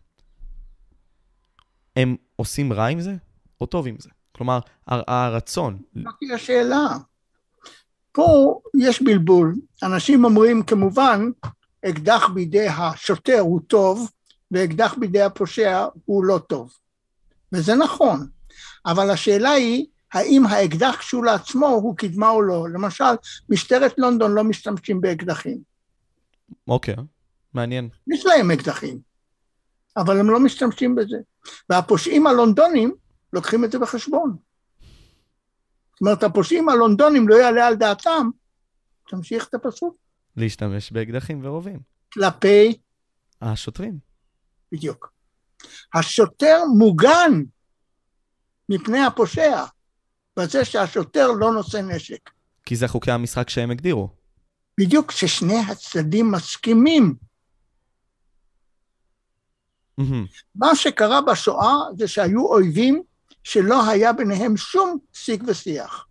הם עושים רע עם זה או טוב עם זה? כלומר, הרצון. זאת היא השאלה. פה יש בלבול. אנשים אומרים, כמובן, אקדח בידי השוטר הוא טוב, ואקדח בידי הפושע הוא לא טוב. וזה נכון. אבל השאלה היא, האם האקדח כשהוא לעצמו הוא קדמה או לא? למשל, משטרת לונדון לא משתמשים באקדחים. אוקיי, מעניין. יש להם אקדחים, אבל הם לא משתמשים בזה. והפושעים הלונדונים לוקחים את זה בחשבון. זאת אומרת, הפושעים הלונדונים לא יעלה על דעתם, תמשיך את הפסוק. להשתמש באקדחים ורובים. כלפי השוטרים. בדיוק. השוטר מוגן מפני הפושע, בזה שהשוטר לא נושא נשק. כי זה חוקי המשחק שהם הגדירו. בדיוק ששני הצדדים מסכימים. מה שקרה בשואה זה שהיו אויבים שלא היה ביניהם שום שיג ושיח.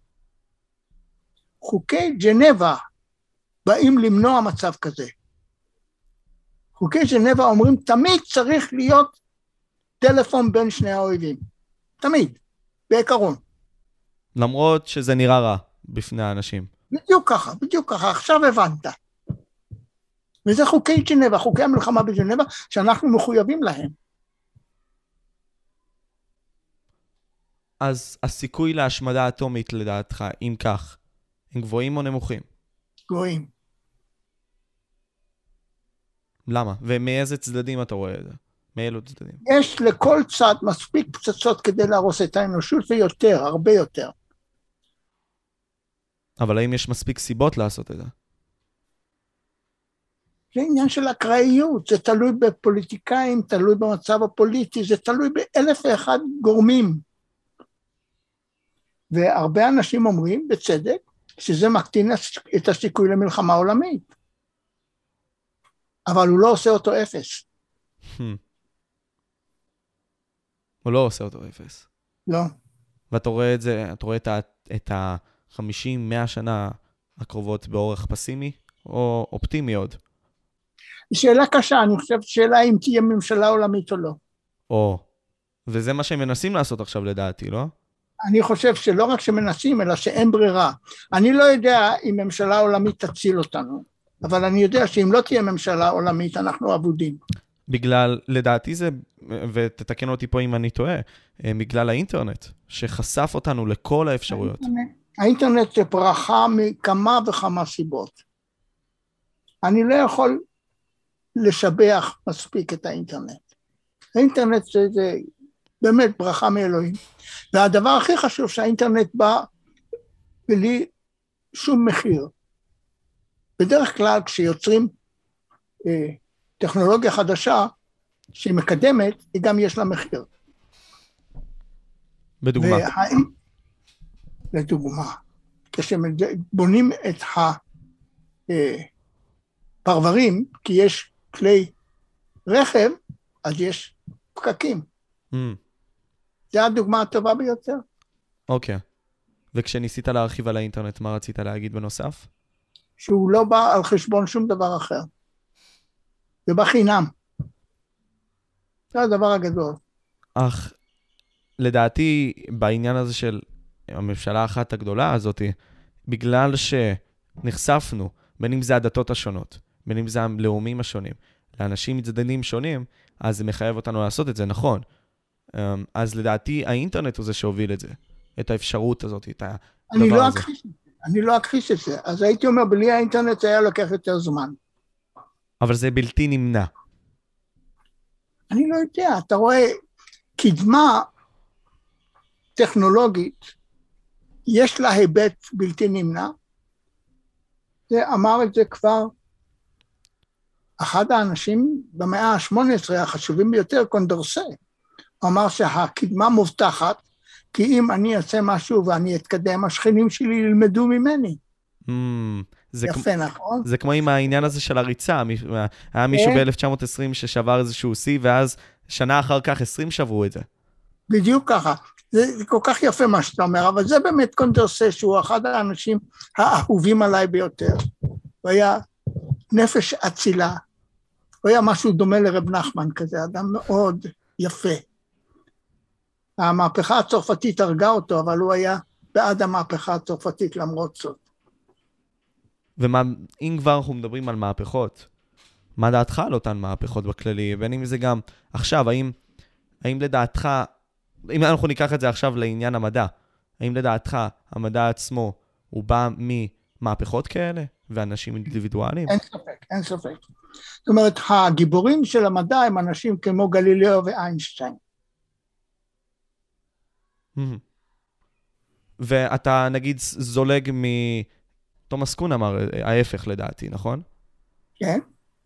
חוקי ג'נבה באים למנוע מצב כזה. חוקי ג'נבה אומרים תמיד צריך להיות טלפון בין שני האויבים. תמיד, בעיקרון. למרות שזה נראה רע בפני האנשים. בדיוק ככה, עכשיו הבנת. וזה חוקי ג'נבה, חוקי המלחמה בג'נבה, שאנחנו מחויבים להם. אז הסיכוי להשמדה אטומית לדעתך, אם כך, הם גבוהים או נמוכים? גבוהים. למה? ומאיזה צדדים אתה רואה את זה? מאילו צדדים? יש לכל צד מספיק פצצות כדי להרוס את האנושות, ויותר, הרבה יותר. אבל האם יש מספיק סיבות לעשות את זה? זה עניין של אקראיות, זה תלוי בפוליטיקאים, תלוי במצב הפוליטי, זה תלוי באלף ואחד גורמים. והרבה אנשים אומרים, בצדק, שזה מקטין את הסיכוי למלחמה עולמית. אבל הוא לא עושה אותו אפס. הוא לא עושה אותו אפס. לא. ואתה רואה את זה, אתה רואה את ה-50-100 שנה הקרובות באורך פסימי, או אופטימי עוד? שאלה קשה, אני חושב שאלה אם תהיה ממשלה עולמית או לא. וזה מה שהם מנסים לעשות עכשיו לדעתי, לא? אני חושב שלא רק שמנסים, אלא שאין ברירה. אני לא יודע אם ממשלה עולמית תציל אותנו, אבל אני יודע שאם לא תהיה ממשלה עולמית, אנחנו אבודים. בגלל, לדעתי זה, ותתקן אותי פה אם אני טועה, בגלל האינטרנט, שחשף אותנו לכל האפשרויות. האינטרנט זה ברכה מכמה וכמה סיבות. אני לא יכול לשבח מספיק את האינטרנט. האינטרנט זה באמת ברכה מאלוהים. והדבר הכי חשוב שהאינטרנט בא בלי שום מחיר. בדרך כלל כשיוצרים טכנולוגיה חדשה שהיא מקדמת, היא גם יש לה מחיר. בדוגמה. לדוגמה, כשבונים את הפרברים, כי יש כלי רכב, אז יש פקקים. זו הדוגמה הטובה ביותר. אוקיי. וכשניסית להרחיב על האינטרנט, מה רצית להגיד בנוסף? שהוא לא בא על חשבון שום דבר אחר. זה בא חינם. זה הדבר הגדול. אך, לדעתי, בעניין הזה של הממשלה האחת הגדולה הזאת, בגלל שנחשפנו, בין אם זה הדתות השונות, בין אם זה הלאומים השונים, לאנשים מצדדים שונים, אז זה מחייב אותנו לעשות את זה, נכון. אז לדעתי, האינטרנט הוא זה שהוביל את זה, את האפשרות הזאת, את הדבר הזה. אני לא אכחיש את זה. אז הייתי אומר, בלי האינטרנט זה היה לוקח יותר זמן. אבל זה בלתי נמנע. אני לא יודע, אתה רואה, קדמה טכנולוגית, יש לה היבט בלתי נמנע. זה אמר את זה כבר אחד האנשים במאה ה-18 החשובים ביותר, קונדורסה. הוא אמר שהקדמה מובטחת, כי אם אני אעשה משהו ואני אתקדם, השכנים שלי ילמדו ממני. יפה, נכון? זה כמו עם העניין הזה של הריצה. היה מישהו ב-1920 ששבר איזשהו שיא, ואז שנה אחר כך 20 שברו את זה. בדיוק ככה. זה כל כך יפה מה שאתה אומר, אבל זה באמת קונדורסה, שהוא אחד האנשים האהובים עליי ביותר. הוא היה נפש אצילה. הוא היה משהו דומה לרב נחמן כזה, אדם מאוד יפה. המהפכה הצרפתית הרגה אותו, אבל הוא היה בעד המהפכה הצרפתית למרות זאת. ואם כבר אנחנו מדברים על מהפכות, מה דעתך על אותן מהפכות בכללי? בין אם זה גם עכשיו, האם לדעתך, אם אנחנו ניקח את זה עכשיו לעניין המדע, האם לדעתך המדע עצמו הוא בא ממהפכות כאלה ואנשים אינדיבידואליים? אין ספק, אין ספק. זאת אומרת, הגיבורים של המדע הם אנשים כמו גלילאו ואיינשטיין. ואתה נגיד זולג תומאס קון אמר ההפך לדעתי, נכון? כן.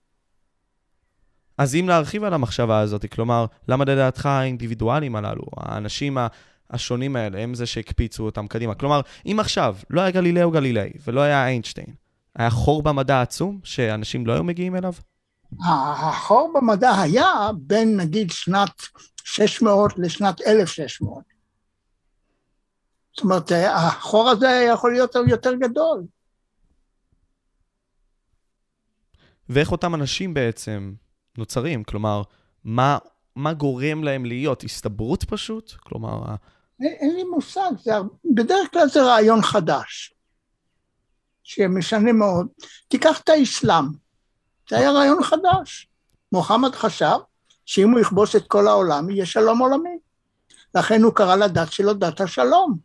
אז אם להרחיב על המחשבה הזאת, כלומר, למה לדעתך האינדיבידואלים הללו, האנשים השונים האלה, הם זה שהקפיצו אותם קדימה? כלומר, אם עכשיו לא היה גלילאו גלילי ולא היה איינשטיין, היה חור במדע עצום שאנשים לא היו מגיעים אליו? החור במדע היה בין נגיד שנת 600 לשנת 1600. זאת אומרת, החור הזה יכול להיות יותר גדול. ואיך אותם אנשים בעצם נוצרים? כלומר, מה גורם להם להיות? הסתברות פשוט? כלומר... אין לי מושג, בדרך כלל זה רעיון חדש, שמשנה מאוד. תיקח את האסלאם, זה היה רעיון חדש. מוחמד חשב שאם הוא יכבוש את כל העולם, יהיה שלום עולמי. לכן הוא קרא לדת שלו דת השלום.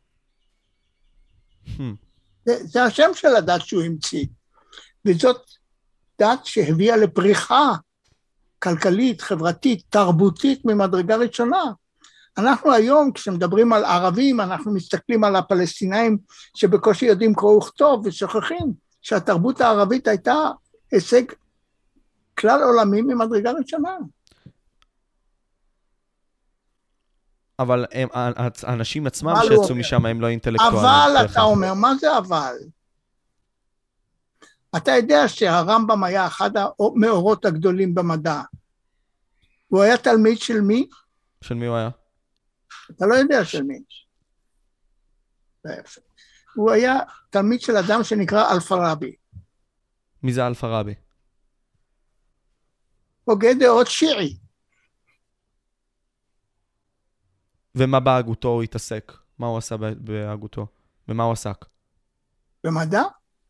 זה השם של הדת שהוא המציא. וזאת דת שהביאה לפריחה כלכלית, חברתית, תרבותית ממדרגה ראשונה. אנחנו היום, כשמדברים על ערבים, אנחנו מסתכלים על הפלסטינאים שבקושי יודעים קרוא וכתוב, ושוכחים שהתרבות הערבית הייתה הישג כלל עולמי ממדרגה ראשונה. אבל האנשים עצמם שיצאו משם הם לא אינטלקטואלים. אבל אתה אומר, מה זה אבל? אתה יודע שהרמב"ם היה אחד המאורות הגדולים במדע. הוא היה תלמיד של מי? של מי הוא היה? אתה לא יודע של מי. הוא היה תלמיד של אדם שנקרא אלפרבי. מי זה אלפרבי? הוגה דעות שיעי. ומה בהגותו הוא התעסק? מה הוא עשה בהגותו? ומה הוא עסק? במדע?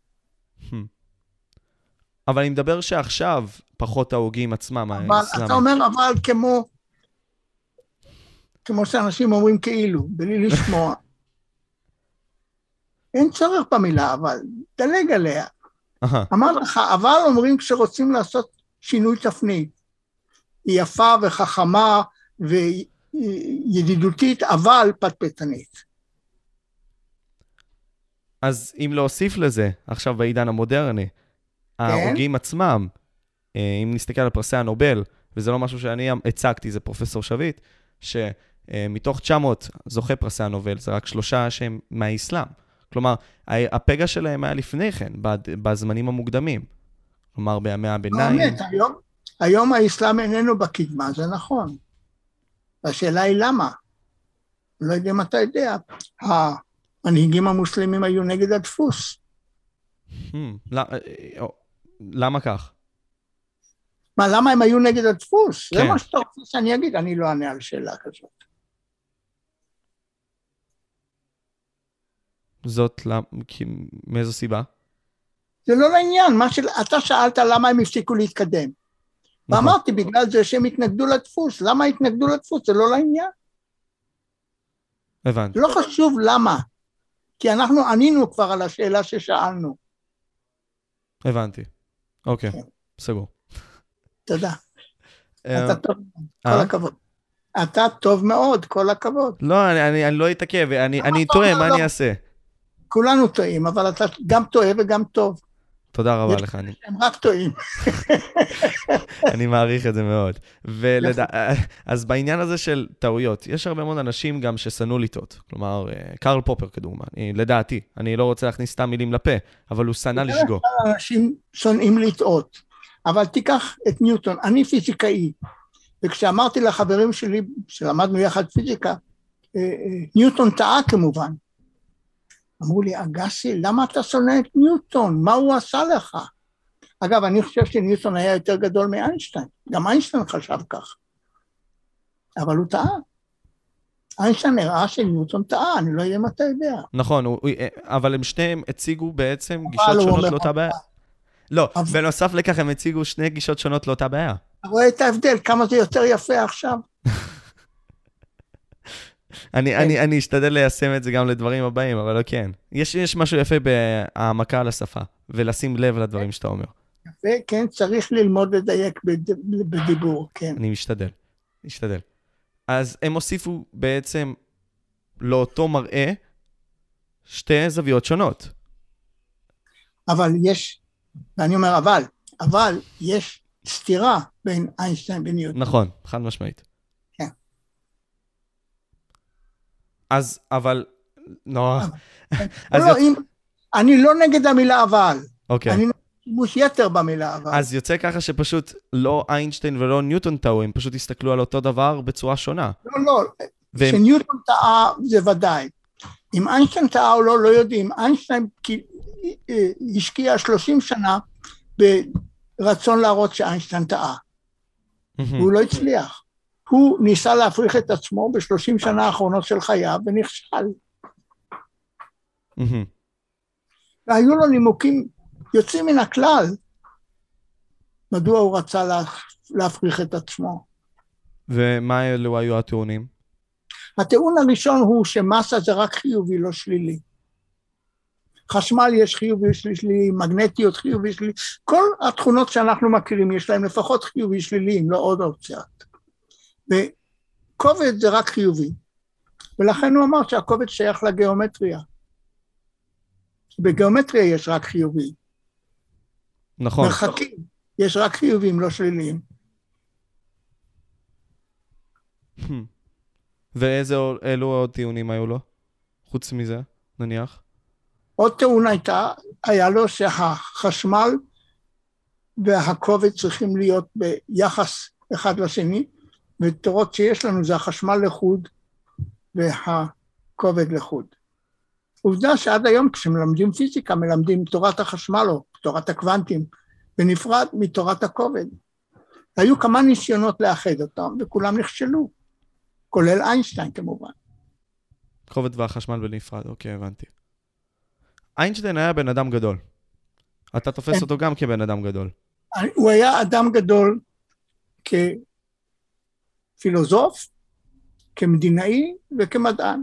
אבל אני מדבר שעכשיו פחות ההוגים עצמם. אבל אתה אומר אבל כמו שאנשים אומרים כאילו, בלי לשמוע. אין צורך במילה אבל, דלג עליה. אמר לך, אבל אומרים כשרוצים לעשות שינוי תפנית. היא יפה וחכמה וידידותית, אבל פטפטנית. אז אם להוסיף לזה, עכשיו בעידן המודרני, ההוגים עצמם, אם נסתכל על פרסי הנובל, וזה לא משהו שאני הצגתי, זה פרופסור שביט, שמתוך 900 זוכי פרסי הנובל, זה רק 3 שהם מהאסלאם. כלומר, הפגע שלהם היה לפני כן, בזמנים המוקדמים. כלומר, בימי הביניים. באמת, היום האסלאם איננו בקדמה, זה נכון. והשאלה היא למה? לא יודע אם אתה יודע. המנהיגים המוסלמים היו נגד הדפוס. למה כך? מה, למה הם היו נגד הדפוס? זה מה שאתה רוצה שאני אגיד, אני לא אענה על שאלה כזאת. זאת, מאיזו סיבה? זה לא לעניין, אתה שאלת למה הם הפסיקו להתקדם. ואמרתי, בגלל זה שהם התנגדו לדפוס. למה התנגדו לדפוס? זה לא לעניין. הבנתי. לא חשוב למה, כי אנחנו ענינו כבר על השאלה ששאלנו. הבנתי. אוקיי, סגור. תודה. אתה טוב, כל הכבוד. אתה טוב מאוד, כל הכבוד. לא, אני לא אתעכב, אני טועה, מה אני אעשה? כולנו טועים, אבל אתה גם טועה וגם טוב. תודה רבה לך. הם רק טועים. אני מעריך את זה מאוד. אז בעניין הזה של טעויות, יש הרבה מאוד אנשים גם ששנאו לטעות. כלומר, קרל פופר כדוגמה, לדעתי, אני לא רוצה להכניס סתם מילים לפה, אבל הוא שנא לשגוא. אנשים שונאים לטעות, אבל תיקח את ניוטון, אני פיזיקאי, וכשאמרתי לחברים שלי, שלמדנו יחד פיזיקה, ניוטון טעה כמובן. אמרו לי, אגסי, למה אתה שונא את ניוטון? מה הוא עשה לך? אגב, אני חושב שניוטון היה יותר גדול מאיינשטיין. גם איינשטיין חשב כך. אבל הוא טעה. איינשטיין הראה שניוטון טעה, אני לא יודע אם אתה יודע. נכון, אבל הם שניהם הציגו בעצם גישות שונות לאותה בעיה. לא, בנוסף לכך הם הציגו שני גישות שונות לאותה בעיה. אתה רואה את ההבדל, כמה זה יותר יפה עכשיו? אני אשתדל ליישם את זה גם לדברים הבאים, אבל לא כן. יש משהו יפה בהעמקה על השפה, ולשים לב לדברים שאתה אומר. יפה, כן, צריך ללמוד לדייק בדיבור, כן. אני משתדל. אז הם הוסיפו בעצם לאותו מראה שתי זוויות שונות. אבל יש, ואני אומר אבל יש סתירה בין איינשטיין וניוטון. נכון, חד משמעית. אז, אבל, לא. אני לא נגד המילה אבל. אוקיי. אני שימוש יתר במילה אבל. אז יוצא ככה שפשוט לא איינשטיין ולא ניוטון טעו, הם פשוט הסתכלו על אותו דבר בצורה שונה. לא. שניוטון טעה זה ודאי. אם איינשטיין טעה או לא, לא יודעים. איינשטיין השקיע 30 שנה ברצון להראות שאיינשטיין טעה. והוא לא הצליח. הוא ניסה להפריך את עצמו ב-30 שנה האחרונות של חייו, ונכשל. והיו לו נימוקים יוצאים מן הכלל, מדוע הוא רצה להפריך את עצמו. ומה אלו היו הטיעונים? הטיעון הראשון הוא שמסה זה רק חיובי, לא שלילי. חשמל יש חיובי שלילי, מגנטיות חיובי שלילי, כל התכונות שאנחנו מכירים יש להם לפחות חיובי שלילי, אם לא עוד אופציות. וכובד זה רק חיובי, ולכן הוא אמר שהכובד שייך לגיאומטריה. בגיאומטריה יש רק חיובי. נכון. מרחקים, יש רק חיובים, לא שליליים. ואילו עוד טיעונים היו לו? חוץ מזה, נניח? עוד טיעון היה לו שהחשמל והכובד צריכים להיות ביחס אחד לשני, ותורות שיש לנו זה החשמל לחוד והכובד לחוד. עובדה שעד היום כשמלמדים פיזיקה, מלמדים תורת החשמל או תורת הקוונטים, בנפרד מתורת הכובד. היו כמה ניסיונות לאחד אותם, וכולם נכשלו, כולל איינשטיין כמובן. כובד והחשמל בנפרד, אוקיי, הבנתי. איינשטיין היה בן אדם גדול. אתה תופס אותו גם כבן אדם גדול. הוא היה אדם גדול כפילוסוף, כמדינאי וכמדען.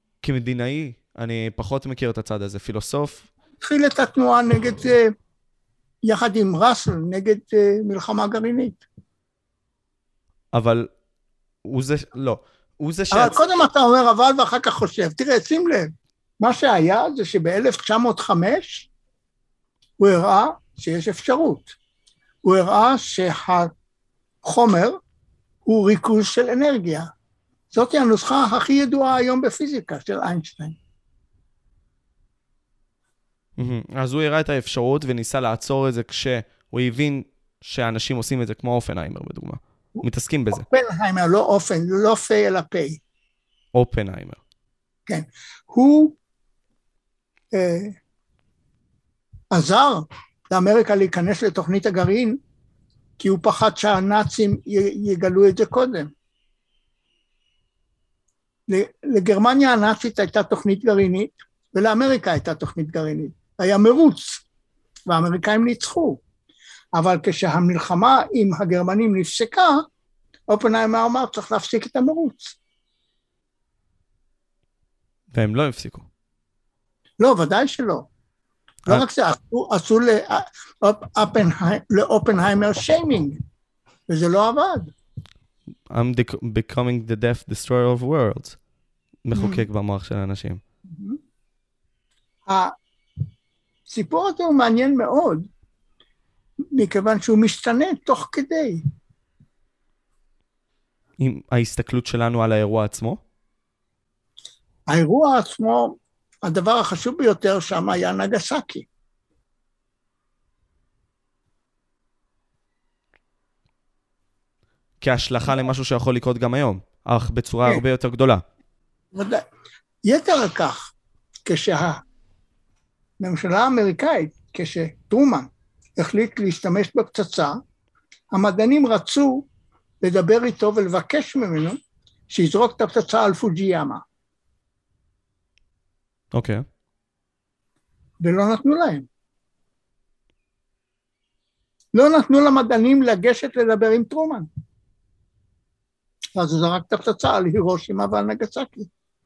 כמדינאי, אני פחות מכיר את הצד הזה. פילוסוף? התחיל את התנועה נגד יחד עם ראסל נגד מלחמה גרעינית. אבל הוא זה, לא, הוא זה אבל קודם אתה אומר אבל ואחר כך חושב, תראה, שים לב, מה שהיה זה שב-1905 הוא הראה שיש אפשרות, הוא הראה שהחומר הוא ריכוז של אנרגיה, זאת הנוסחה הכי ידועה היום בפיזיקה של איינשטיין. אז הוא הראה את האפשרות וניסה לעצור את זה כשהוא הבין שאנשים עושים את זה כמו אופנהיימר בדוגמה. מתעסקים בזה. אופנהיימר, לא אופן, לא פי אלא פי. אופנהיימר. כן. הוא עזר לאמריקה להיכנס לתוכנית הגרעין, כי הוא פחד שהנאצים יגלו את זה קודם. לגרמניה הנאצית הייתה תוכנית גרעינית, ולאמריקה הייתה תוכנית גרעינית. היה מרוץ, והאמריקאים ניצחו. אבל כשהמלחמה עם הגרמנים נפסקה, אופנהיימר אמר, צריך להפסיק את המרוץ. והם לא הפסיקו. לא, ודאי שלא. לא רק זה, עשו לאופנהיימר שיימינג, וזה לא עבד. I'm becoming the death destroyer of worlds. מחוקק במוח של האנשים. הסיפור הזה הוא מעניין מאוד, מכיוון שהוא משתנה תוך כדי. עם ההסתכלות שלנו על האירוע עצמו? האירוע עצמו, הדבר החשוב ביותר שם היה נגסקי. כהשלכה למשהו שיכול לקרות גם היום, אך בצורה הרבה יותר גדולה. ודאי. יתר על כך, כשהממשלה האמריקאית, כשטרומן החליט להשתמש בפצצה, המדענים רצו לדבר איתו ולבקש ממנו שיזרוק את הפצצה על פוג'יאמה. אוקיי. ולא נתנו להם. לא נתנו למדענים לגשת לדבר עם טרומן. אז הוא זרק את הפצצה על הירושימה ועל נגסקי.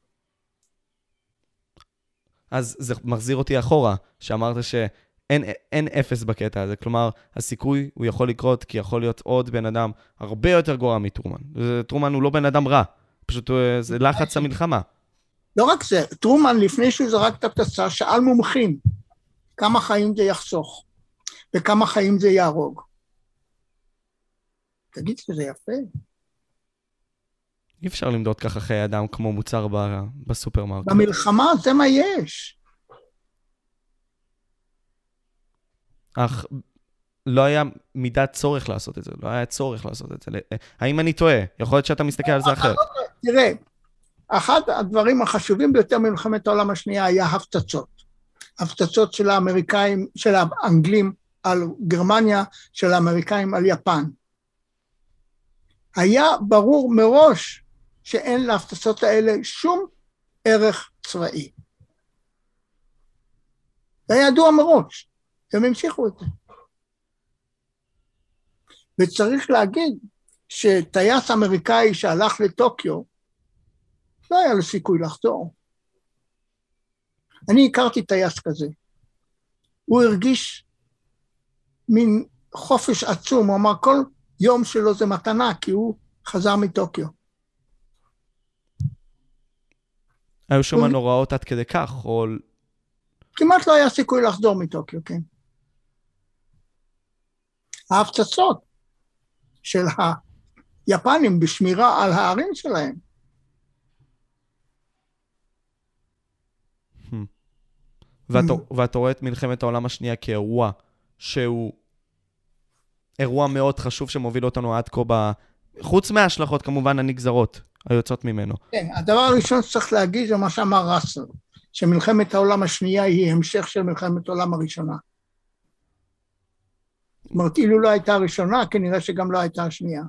אז זה מחזיר אותי אחורה, שאמרת שאין אפס בקטע הזה, כלומר, הסיכוי הוא יכול לקרות, כי יכול להיות עוד בן אדם הרבה יותר גרוע מטרומן. טרומן הוא לא בן אדם רע, פשוט זה לחץ המלחמה. לא רק זה, טרומן לפני שהוא זרק את הפצצה, שאל מומחים, כמה חיים זה יחסוך, וכמה חיים זה יהרוג. תגיד שזה יפה. אי אפשר למדוד ככה חיי אדם כמו מוצר בסופרמרקט. במלחמה זה מה יש. אך לא היה מידת צורך לעשות את זה, לא היה צורך לעשות את זה. האם אני טועה? יכול להיות שאתה מסתכל על זה אחרת. תראה, אחד הדברים החשובים ביותר ממלחמת העולם השנייה היה הפצצות. הפצצות של האמריקאים, של האנגלים על גרמניה, של האמריקאים על יפן. היה ברור מראש שאין להפצצות האלה שום ערך צבאי. זה היה ידוע מראש, הם המשיכו את זה. וצריך להגיד שטייס אמריקאי שהלך לטוקיו, לא היה לו סיכוי לחזור. אני הכרתי טייס כזה. הוא הרגיש מין חופש עצום, הוא אמר כל יום שלו זה מתנה, כי הוא חזר מטוקיו. היו שם נוראות עד כדי כך, או... כמעט לא היה סיכוי לחזור מטוקיו, כן. ההפצצות של היפנים בשמירה על הערים שלהם. ואתה רואה את מלחמת העולם השנייה כאירוע שהוא אירוע מאוד חשוב שמוביל אותנו עד כה חוץ מההשלכות כמובן הנגזרות היוצאות ממנו. כן, הדבר הראשון שצריך להגיד זה מה שאמר ראסל, שמלחמת העולם השנייה היא המשך של מלחמת העולם הראשונה. זאת אומרת, אילו לא הייתה הראשונה, כנראה שגם לא הייתה השנייה.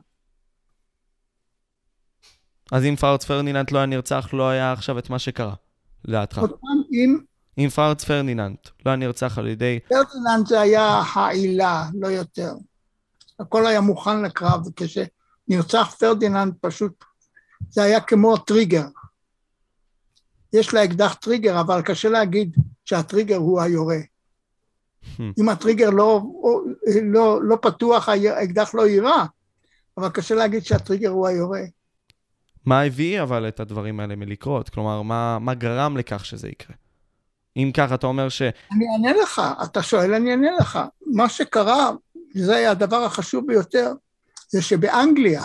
אז אם פרץ פרדיננד לא היה נרצח, לא היה עכשיו את מה שקרה, לדעתך. אם פרץ פרדיננד לא היה נרצח על ידי... פרדיננד זה היה העילה, לא יותר. הכל היה מוכן לקרב, וכשנרצח פרדיננד פשוט, זה היה כמו טריגר. יש לה אקדח טריגר, אבל קשה להגיד שהטריגר הוא היורה. אם הטריגר לא פתוח, האקדח לא יירה, אבל קשה להגיד שהטריגר הוא היורה. מה הביא אבל את הדברים האלה מלקרות? כלומר, מה גרם לכך שזה יקרה? אם ככה, אתה אומר ש... אני אענה לך, אתה שואל, אני אענה לך. מה שקרה, זה היה הדבר החשוב ביותר, זה שבאנגליה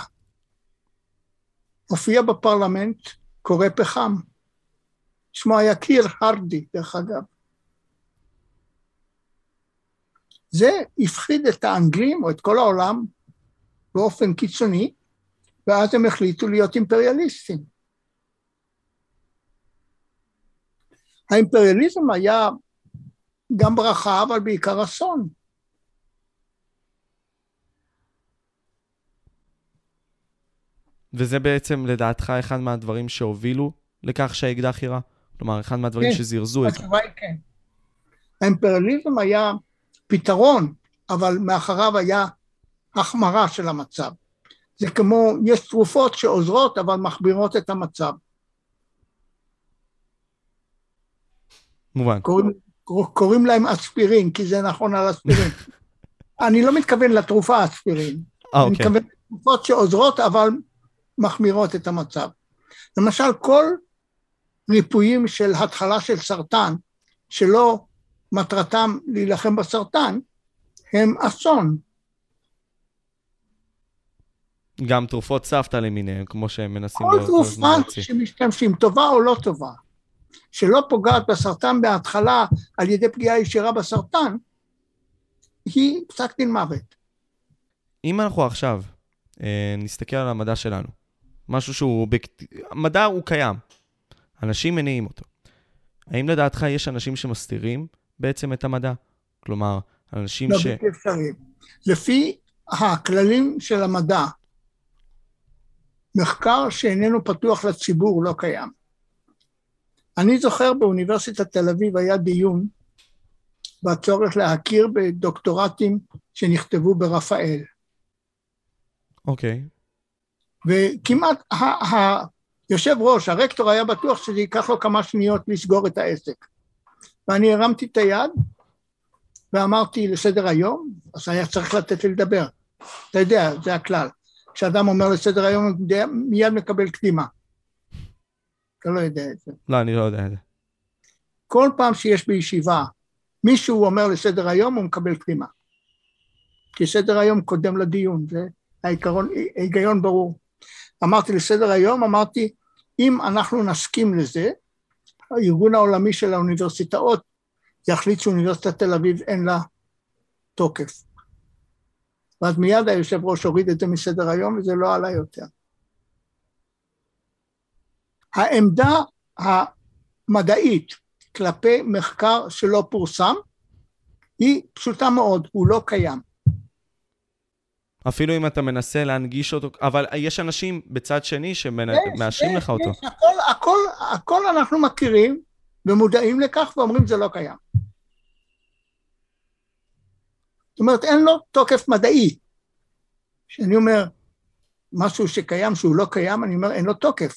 הופיע בפרלמנט קורא פחם. שמו היה קיר הרדי, דרך אגב. זה הפחיד את האנגלים, או את כל העולם, באופן קיצוני, ואז הם החליטו להיות אימפריאליסטים. האימפריאליזם היה גם ברכה, אבל בעיקר אסון. וזה בעצם לדעתך אחד מהדברים שהובילו לכך שהאקדח יירה? כלומר, אחד מהדברים כן, שזירזו את זה. התשובה היא כן. האימפריאליזם היה פתרון, אבל מאחריו היה החמרה של המצב. זה כמו, יש תרופות שעוזרות, אבל מחבירות את המצב. מובן. קוראים להם אספירין, כי זה נכון על אספירין. אני לא מתכוון לתרופה אספירין. אני מתכוון לתרופות שעוזרות, אבל מחמירות את המצב. למשל, כל ריפויים של התחלה של סרטן, שלא מטרתם להילחם בסרטן, הם אסון. גם תרופות סבתא למיניהם, כמו שהם מנסים... כל תרופה שמשתמשים, טובה או לא טובה, שלא פוגעת בסרטן בהתחלה על ידי פגיעה ישירה בסרטן, היא פסק דין מוות. אם אנחנו עכשיו נסתכל על המדע שלנו, משהו שהוא... המדע הוא קיים, אנשים מניעים אותו. האם לדעתך יש אנשים שמסתירים בעצם את המדע? כלומר, אנשים לא, בלתי אפשרי. לפי הכללים של המדע, מחקר שאיננו פתוח לציבור לא קיים. אני זוכר באוניברסיטת תל אביב היה דיון בצורך להכיר בדוקטורטים שנכתבו ברפאל. אוקיי. וכמעט היושב ראש, הרקטור היה בטוח שזה ייקח לו כמה שניות לסגור את העסק. ואני הרמתי את היד ואמרתי לסדר היום, אז היה צריך לתת לי לדבר. אתה יודע, זה הכלל. כשאדם אומר לסדר היום, מיד מקבל קדימה. אתה לא יודע את זה. לא, אני לא יודע את זה. כל פעם שיש בישיבה, מישהו אומר לסדר היום, הוא מקבל קדימה. כי סדר היום קודם לדיון, זה ההיגיון ברור. אמרתי לסדר היום, אמרתי, אם אנחנו נסכים לזה, הארגון העולמי של האוניברסיטאות יחליט שאוניברסיטת תל אביב אין לה תוקף. ואז מיד היושב ראש הוריד את זה מסדר היום, וזה לא עלה יותר. העמדה המדעית כלפי מחקר שלא פורסם, היא פשוטה מאוד, הוא לא קיים. אפילו אם אתה מנסה להנגיש אותו, אבל יש אנשים בצד שני שמאשרים לך אותו. הכל אנחנו מכירים ומודעים לכך ואומרים זה לא קיים. זאת אומרת, אין לו תוקף מדעי. כשאני אומר משהו שהוא לא קיים, אני אומר אין לו תוקף.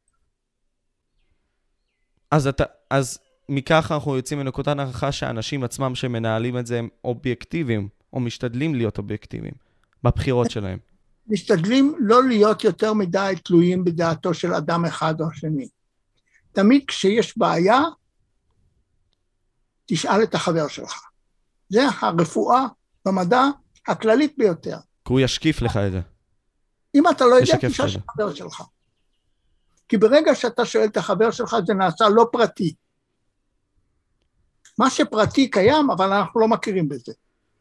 אז מכך אנחנו יוצאים מנקודת הנחה שהאנשים עצמם שמנהלים את זה הם אובייקטיביים, או משתדלים להיות אובייקטיביים בבחירות שלהם. משתדלים לא להיות יותר מדי תלויים בדעתו של אדם אחד או שני. תמיד כשיש בעיה, תשאל את החבר שלך. זה הרפואה במדע הכללית ביותר. כי הוא ישקיף לך את זה. אם אתה לא יודע, תשאל את החבר שלך. כי ברגע שאתה שואל את החבר שלך, זה נעשה לא פרטי. מה שפרטי קיים, אבל אנחנו לא מכירים בזה.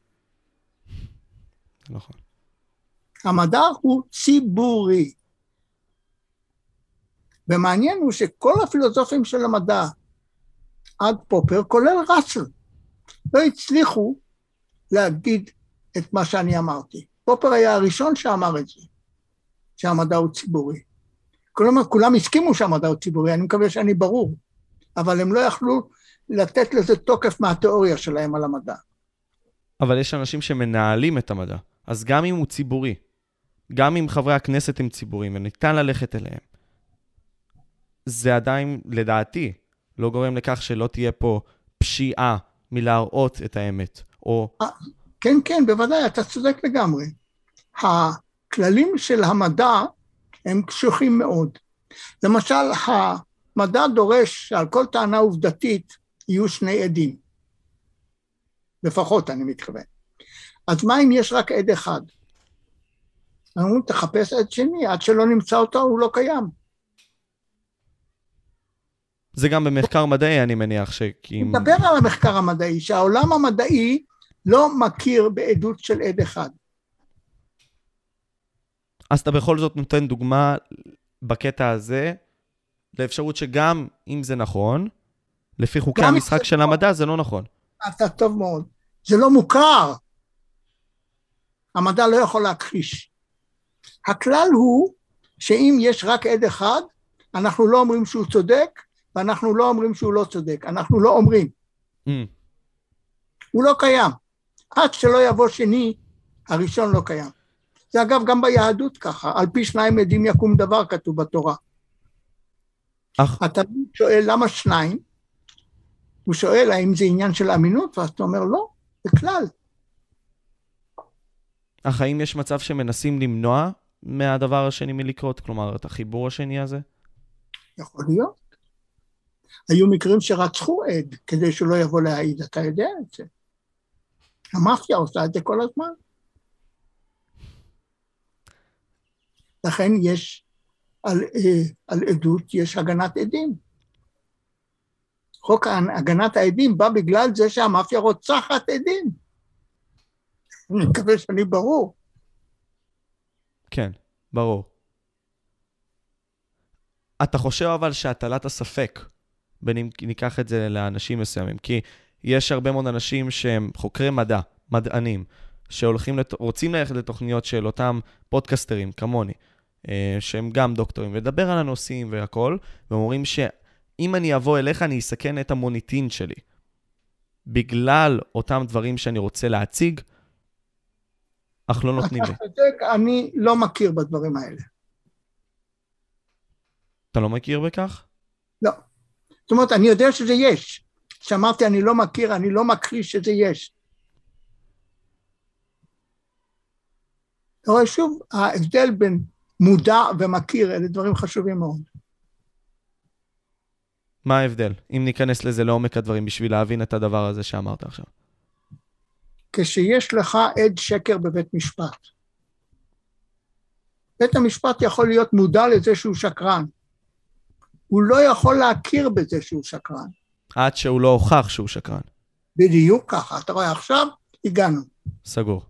נכון. המדע הוא ציבורי. ומעניין הוא שכל הפילוסופים של המדע, עד פופר, כולל ראסל, לא הצליחו להגיד את מה שאני אמרתי. פופר היה הראשון שאמר את זה, שהמדע הוא ציבורי. כלומר, כולם הסכימו שהמדע הוא ציבורי, אני מקווה שאני ברור, אבל הם לא יכלו לתת לזה תוקף מהתיאוריה שלהם על המדע. אבל יש אנשים שמנהלים את המדע, אז גם אם הוא ציבורי, גם אם חברי הכנסת הם ציבוריים, וניתן ללכת אליהם, זה עדיין, לדעתי, לא גורם לכך שלא תהיה פה פשיעה מלהראות את האמת, או... כן, כן, בוודאי, אתה צודק לגמרי. הכללים של המדע הם קשוחים מאוד. למשל, המדע דורש שעל כל טענה עובדתית יהיו שני עדים. לפחות, אני מתכוון. אז מה אם יש רק עד אחד? אנחנו תחפש עד שני, עד שלא נמצא אותו, הוא לא קיים. זה גם במחקר מדעי, אני מניח שכי... נדבר על המחקר המדעי, שהעולם המדעי לא מכיר בעדות של עד אחד. אז אתה בכל זאת נותן דוגמה בקטע הזה, לאפשרות שגם אם זה נכון, לפי חוקי המשחק של המדע זה לא נכון. אתה טוב מאוד. זה לא מוכר. המדע לא יכול להכחיש. הכלל הוא שאם יש רק עד אחד, אנחנו לא אומרים שהוא צודק, ואנחנו לא אומרים שהוא לא צודק. אנחנו לא אומרים. הוא לא קיים. עד שלא יבוא שני, הראשון לא קיים. זה אגב גם ביהדות ככה, על פי שניים עדים יקום דבר, כתוב בתורה. אתה שואל למה שניים? הוא שואל האם זה עניין של אמינות, ואז אתה אומר לא, זה כלל. אך האם יש מצב שמנסים למנוע מהדבר השני מלקרות, כלומר את החיבור השני הזה? יכול להיות. היו מקרים שרצחו עד כדי שלא יבוא להעיד, אתה יודע את זה. המאפיה עושה את זה כל הזמן. לכן יש, על עדות יש הגנת עדים. חוק הגנת העדים בא בגלל זה שהמאפיה רוצחת עדים. אני מקווה שאני ברור. כן, ברור. אתה חושב אבל שהטלת הספק, בין אם ניקח את זה לאנשים מסוימים, כי יש הרבה מאוד אנשים שהם חוקרי מדע, מדענים, רוצים ללכת לתוכניות של אותם פודקסטרים, כמוני, שהם גם דוקטורים, ולדבר על הנושאים והכל, ואומרים שאם אני אבוא אליך, אני אסכן את המוניטין שלי. בגלל אותם דברים שאני רוצה להציג, אך לא נותנים לי. אני לא מכיר בדברים האלה. אתה לא מכיר בכך? לא. זאת אומרת, אני יודע שזה יש. שאמרתי, אני לא מכיר, אני לא מכחיש שזה יש. אתה רואה שוב, ההבדל בין מודע ומכיר, אלה דברים חשובים מאוד. מה ההבדל? אם ניכנס לזה לעומק הדברים, בשביל להבין את הדבר הזה שאמרת עכשיו. כשיש לך עד שקר בבית משפט. בית המשפט יכול להיות מודע לזה שהוא שקרן. הוא לא יכול להכיר בזה שהוא שקרן. עד שהוא לא הוכח שהוא שקרן. בדיוק ככה. אתה רואה, עכשיו הגענו. סגור.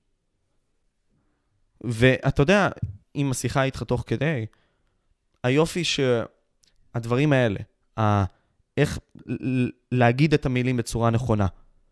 ואתה יודע, אם השיחה איתך תוך כדי, היופי שהדברים האלה, איך להגיד את המילים בצורה נכונה,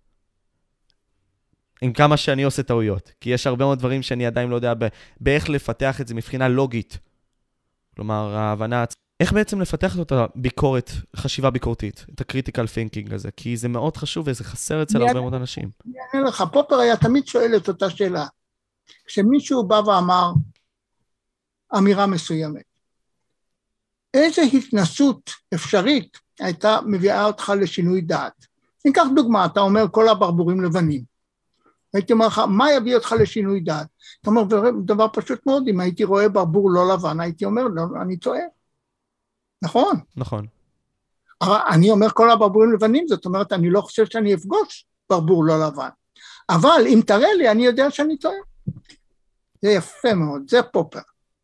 עם כמה שאני עושה טעויות, כי יש הרבה מאוד דברים שאני עדיין לא יודע באיך לפתח את זה מבחינה לוגית. כלומר, ההבנה, איך בעצם לפתח את הביקורת, חשיבה ביקורתית, את הקריטיקל תינקינג הזה, כי זה מאוד חשוב וזה חסר אצל הרבה מאוד אנשים. אני אענה לך, פופר היה תמיד שואל את אותה שאלה. כשמישהו בא ואמר אמירה מסוימת, איזה התנסות אפשרית הייתה מביאה אותך לשינוי דעת? ניקח דוגמה, אתה אומר כל הברבורים לבנים. הייתי אומר לך, מה יביא אותך לשינוי דעת? אתה אומר, דבר פשוט מאוד, אם הייתי רואה ברבור לא לבן, הייתי אומר, לא, אני טועה. נכון? נכון. אבל אני אומר כל הברבורים לבנים, זאת אומרת, אני לא חושב שאני אפגוש ברבור לא לבן. אבל אם תראה לי, אני יודע שאני טועה. זה יפה מאוד, זה פופר.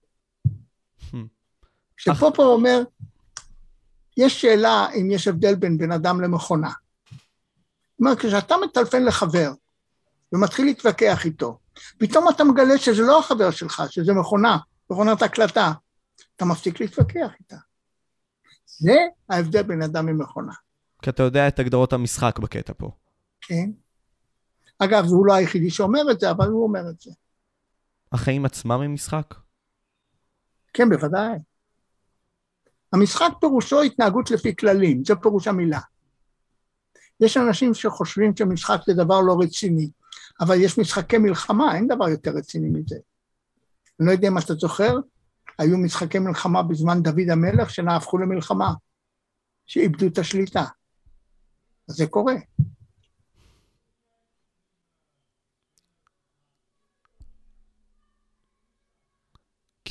כשפופר אומר, יש שאלה אם יש הבדל בין בן אדם למכונה. זאת אומרת, כשאתה מטלפן לחבר, ומתחיל להתווכח איתו, פתאום אתה מגלה שזה לא החבר שלך, שזה מכונה, מכונת הקלטה, אתה מפסיק להתווכח איתה. זה ההבדל בין אדם ממכונה. כי אתה יודע את הגדרות המשחק בקטע פה. כן. אגב, הוא לא היחידי שאומר את זה, אבל הוא אומר את זה. החיים עצמם הם משחק? כן, בוודאי. המשחק פירושו התנהגות לפי כללים, זה פירוש המילה. יש אנשים שחושבים שמשחק זה דבר לא רציני, אבל יש משחקי מלחמה, אין דבר יותר רציני מזה. אני לא יודע אם אתה זוכר, היו משחקי מלחמה בזמן דוד המלך, שנהפכו למלחמה, שאיבדו את השליטה. אז זה קורה.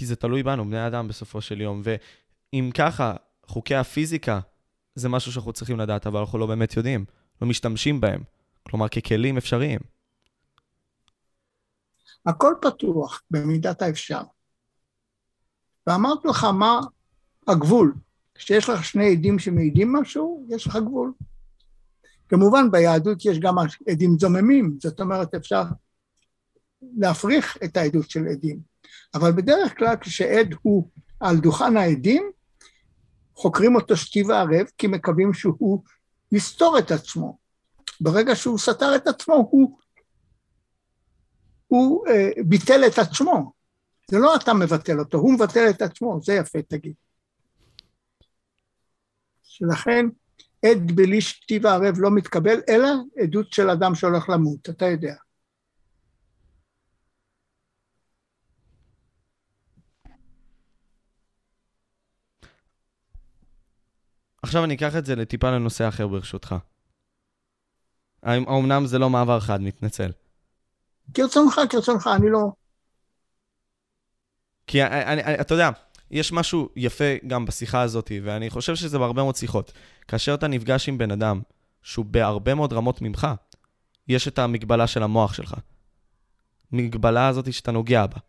כי זה תלוי בנו, בני אדם בסופו של יום, ואם ככה, חוקי הפיזיקה, זה משהו שאנחנו צריכים לדעת, אבל אנחנו לא באמת יודעים, לא משתמשים בהם, כלומר ככלים אפשריים. הכל פתוח במידת האפשר. ואמרתי לך מה הגבול. כשיש לך שני עדים שמעידים משהו, יש לך גבול. כמובן ביהדות יש גם עדים זוממים, זאת אומרת אפשר להפריך את העדות של עדים. אבל בדרך כלל כשעד הוא על דוכן העדים, חוקרים אותו שתי וערב, כי מקווים שהוא יסתור את עצמו. ברגע שהוא סתר את עצמו, הוא ביטל את עצמו. זה לא אתה מבטל אותו, הוא מבטל את עצמו, זה יפה תגיד. שלכן עד בלי שתי וערב לא מתקבל, אלא עדות של אדם שהולך למות, אתה יודע. עכשיו אני אקח את זה לטיפה לנושא אחר ברשותך. האמנם זה לא מעבר חד, מתנצל. כרצונך, אני לא... כי אתה יודע, יש משהו יפה גם בשיחה הזאת, ואני חושב שזה בהרבה מאוד שיחות. כאשר אתה נפגש עם בן אדם, שהוא בהרבה מאוד רמות ממך, יש את המגבלה של המוח שלך. מגבלה הזאת שאתה נוגע בה.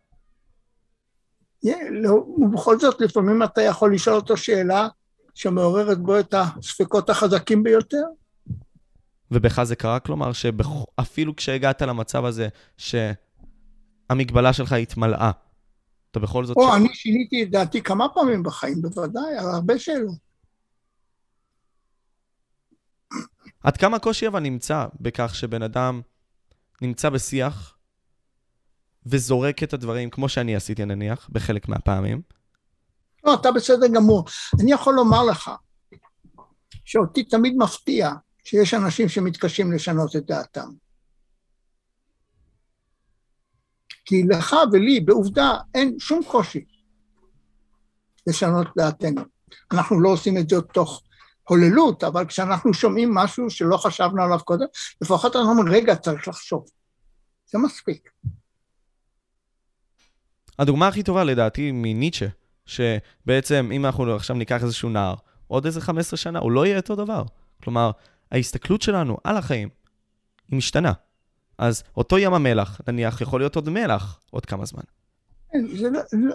ובכל זאת, לפעמים אתה יכול לשאול אותו שאלה, שמעוררת בו את הספקות החזקים ביותר. ובך זה קרה, כלומר, שאפילו כשהגעת למצב הזה, שהמגבלה שלך התמלאה, אתה בכל זאת... אני שיניתי את דעתי כמה פעמים בחיים, בוודאי, הרבה שאלות. עד כמה קושי אבל נמצא בכך שבן אדם נמצא בשיח, וזורק את הדברים, כמו שאני עשיתי נניח, בחלק מהפעמים? לא, אתה בסדר גמור. אני יכול לומר לך, שאותי תמיד מפתיע, שיש אנשים שמתקשים לשנות את דעתם. כי לך ולי, בעובדה, אין שום קושי לשנות דעתנו. אנחנו לא עושים את זה תוך הוללות, אבל כשאנחנו שומעים משהו שלא חשבנו עליו קודם, לפחות אנחנו אומרים, רגע, צריך לחשוב. זה מספיק. הדוגמה הכי טובה לדעתי מניטשה, שבעצם אם אנחנו עכשיו ניקח איזשהו נער, עוד איזה 15 שנה, הוא לא יהיה אותו דבר. כלומר, ההסתכלות שלנו על החיים היא משתנה. אז אותו ים המלח, נניח, יכול להיות עוד מלח עוד כמה זמן. זה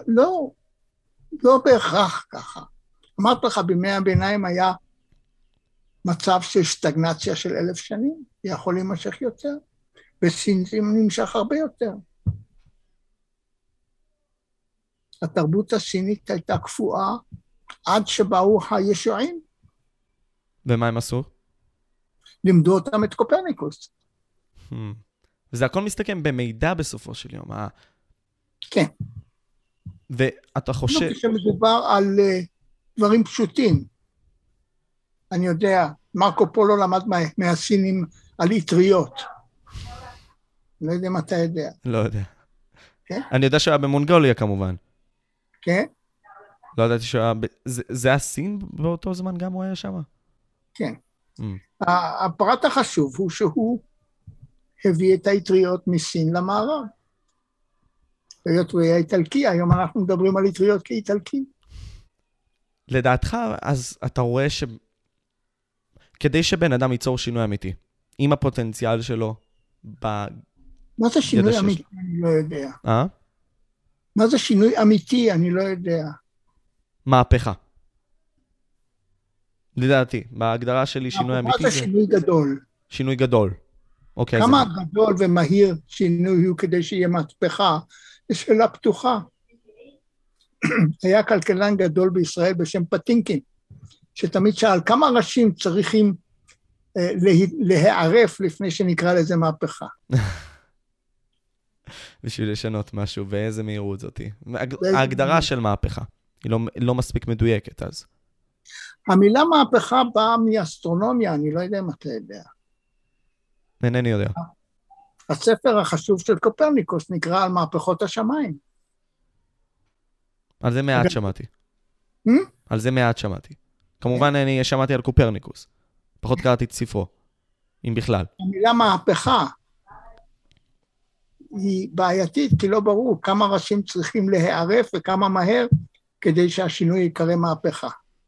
לא בהכרח ככה. אמרת לך, בימי הביניים היה מצב של סטגנציה של 1000 שנים, יכול להימשך יותר, בסין זה נמשך הרבה יותר. התרבות הסינית הייתה קפואה עד שבאו הישועים. ומה הם עשו? לימדו אותם את קופרניקוס. וזה הכל מסתכם במידע בסופו של יום. כן. ואתה חושב... לא כשמדובר על דברים פשוטים. אני יודע, מרקו פולו למד מהסינים על אטריות. לא יודע אם אתה יודע. לא יודע. כן? אני יודע שהיה במונגוליה כמובן. כן? לא ידעתי שהיה... זה הסין באותו זמן גם הוא היה שם? כן. הפרט החשוב הוא שהוא הביא את האטריות מסין למערב. היות הוא היה איטלקי, היום אנחנו מדברים על אטריות כאיטלקי. לדעתך, אז אתה רואה כדי שבן אדם ייצור שינוי אמיתי, עם הפוטנציאל שלו, מה זה שינוי אמיתי? אני לא יודע. מה זה שינוי אמיתי? אני לא יודע. מהפכה. לדעתי, בהגדרה שלי שינוי אמיתי זה... מה זה שינוי גדול? שינוי גדול. אוקיי. כמה גדול ומהיר שינוי הוא כדי שיהיה מהפכה? זו שאלה פתוחה. היה כלכלן גדול בישראל בשם פטינקין, שתמיד שאל כמה ראשים צריכים להיערף לפני שנקרא לזה מהפכה. בשביל לשנות משהו, באיזה מהירות זאתי. ההגדרה של מהפכה, היא לא מספיק מדויקת אז. המילה מהפכה באה מאסטרונומיה, אני לא יודע אם אתה יודע. אינני יודע. הספר החשוב של קופרניקוס נקרא על מהפכות השמיים. על זה מעט שמעתי. על זה מעט שמעתי. כמובן אני שמעתי על קופרניקוס. פחות קראתי את ספרו, אם בכלל. המילה מהפכה היא בעייתית, כי לא ברור כמה ראשים צריכים להיערף וכמה מהר, כדי שהשינוי יקרא מהפכה.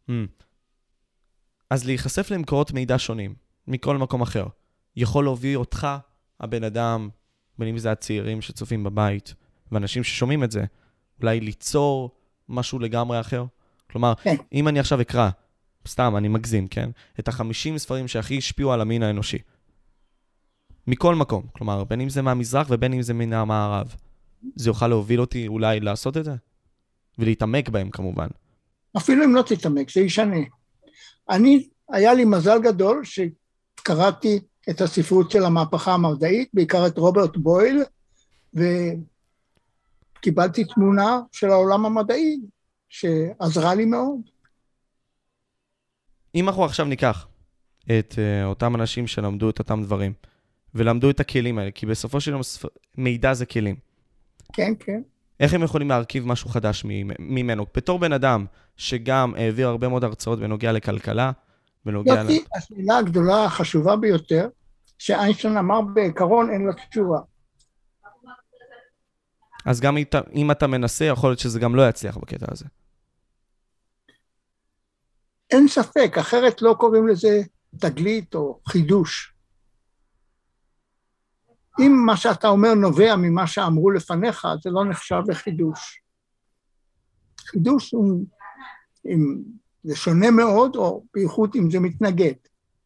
אז להיחשף למקורות מידע שונים, מכל מקום אחר, יכול להוביל אותך, הבן אדם, בין אם זה הצעירים שצופים בבית, ואנשים ששומעים את זה, אולי ליצור משהו לגמרי אחר? כלומר, כן. אם אני עכשיו אקרא, סתם, אני מגזים, כן? את ה-50 ספרים שהכי השפיעו על המין האנושי. מכל מקום, כלומר, בין אם זה מהמזרח ובין אם זה מן המערב. זה יוכל להוביל אותי אולי לעשות את זה? ולהתעמק בהם כמובן. אפילו אם לא תתעמק, זה ישנה. היה לי מזל גדול שקראתי את הספרות של המהפכה המדעית, בעיקר את רוברט בויל, וקיבלתי תמונה של העולם המדעי, שעזרה לי מאוד. אם אנחנו עכשיו ניקח את אותם אנשים שלמדו את אותם דברים, ולמדו את הכלים האלה, כי בסופו של יום מידע זה כלים. כן, כן. איך הם יכולים להרכיב משהו חדש ממנו? בתור בן אדם שגם העביר הרבה מאוד הרצאות בנוגע לכלכלה, בנוגע... השאלה הגדולה, החשובה ביותר, שאיינשטיין אמר בעיקרון אין לה תשובה. אז גם אם אתה מנסה, יכול להיות שזה גם לא יצליח בקטע הזה. אין ספק, אחרת לא קוראים לזה תגלית או חידוש. אם מה שאתה אומר נובע ממה שאמרו לפניך, זה לא נחשב לחידוש. חידוש הוא, זה שונה מאוד, או בייחוד אם זה מתנגד.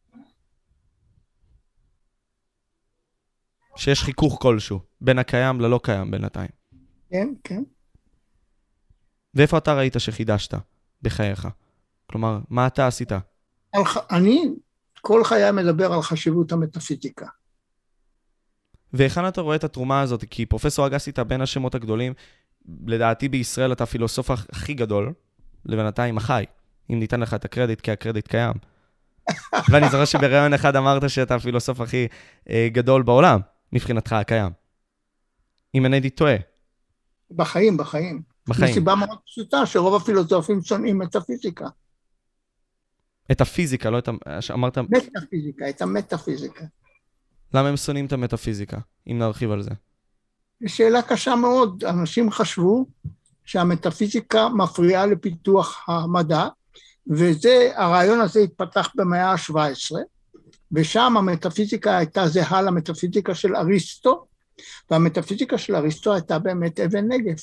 שיש חיכוך כלשהו, בין הקיים ללא קיים בינתיים. כן, כן. ואיפה אתה ראית שחידשת בחייך? כלומר, מה אתה עשית? אני כל חיי מדבר על חשיבות המטאפיזיקה. ואיכן אתה רואה את התרומה הזאת? כי פרופסור אגסי אתה בין השמות הגדולים, לדעתי בישראל אתה הפילוסוף הכי גדול, לבינתיים החי, אם ניתן לך את הקרדיט, כי הקרדיט קיים. ואני זוכר שבראיון אחד אמרת שאתה הפילוסוף הכי גדול בעולם, מבחינתך הקיים. אם אינני טועה. בחיים. מסיבה מאוד פשוטה, שרוב הפילוסופים שונאים את הפיזיקה. את הפיזיקה, לא את אמרת... מטאפיזיקה, את המטאפיזיקה. למה הם שונאים את המטאפיזיקה, אם נרחיב על זה? זו שאלה קשה מאוד. אנשים חשבו שהמטאפיזיקה מפריעה לפיתוח המדע, הרעיון הזה התפתח במאה ה-17, ושם המטאפיזיקה הייתה זהה למטאפיזיקה של אריסטו, והמטאפיזיקה של אריסטו הייתה באמת אבן נגף.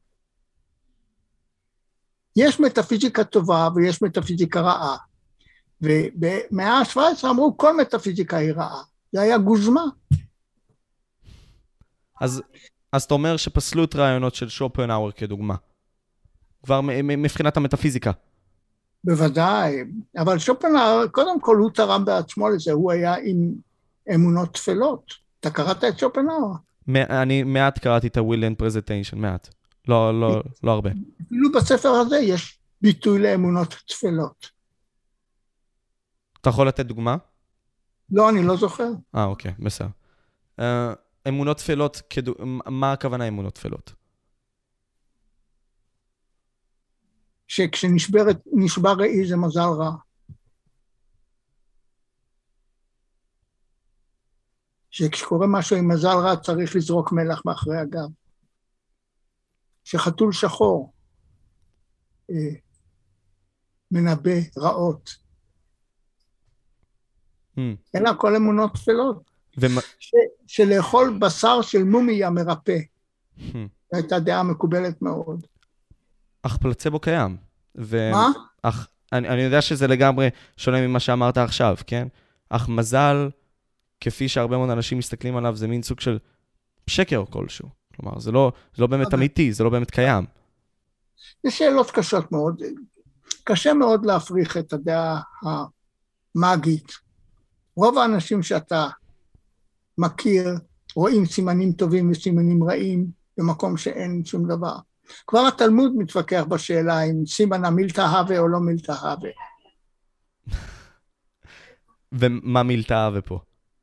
יש מטאפיזיקה טובה ויש מטאפיזיקה רעה, ובמאה ה-17 אמרו כל מטאפיזיקה היא רעה, זה היה גוזמה. אז אתה אומר שפסלו את רעיונות של שופנהאואר כדוגמה, כבר מבחינת המטאפיזיקה. בוודאי, אבל שופנהאואר, קודם כל הוא תרם בעצמו לזה, הוא היה עם אמונות תפלות. אתה קראת את שופנהאואר? אני מעט קראתי את ה-Will and Presentation, מעט. לא הרבה. אפילו בספר הזה יש ביטוי לאמונות תפלות. אתה יכול לתת דוגמה? לא, אני לא זוכר. אוקיי, בסדר. אמונות תפלות, מה הכוונה אמונות תפלות? שכשנשבר ראי זה מזל רע. שכשקורה משהו עם מזל רע צריך לזרוק מלח מאחרי הגב. שחתול שחור מנבא רעות. אלא כל אמונות תפלות. שלאכול בשר של מומיה מרפא. הייתה דעה מקובלת מאוד. אך פלצבו קיים. מה? אני יודע שזה לגמרי שונה ממה שאמרת עכשיו, כן? אך מזל, כפי שהרבה מאוד אנשים מסתכלים עליו, זה מין סוג של שקר כלשהו. כלומר, זה לא באמת אמיתי, זה לא באמת קיים. זה שאלות קשות מאוד. קשה מאוד להפריך את הדעה המאגית. רוב האנשים שאתה מכיר, רואים סימנים טובים וסימנים רעים, במקום שאין שום דבר. כבר התלמוד מתווכח בשאלה אם סימן מילתא הווה או לא מילתא הווה. ומה מילתא הווה פה?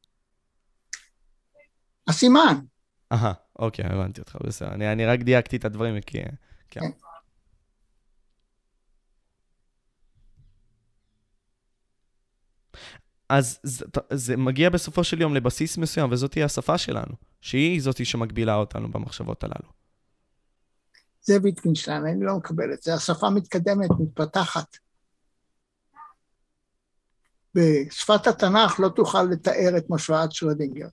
הסימן. אוקיי, הבנתי אותך, בסדר. אני רק דייקתי את הדברים, כי... כן. אז זה מגיע בסופו של יום לבסיס מסוים, וזאת היא השפה שלנו, שהיא זאת שמגבילה אותנו במחשבות הללו. זה ויטקינשטיין, אני לא מקבל את זה. השפה מתקדמת, מתפתחת. בשפת התנ"ך לא תוכל לתאר את משוואת שרדינגר.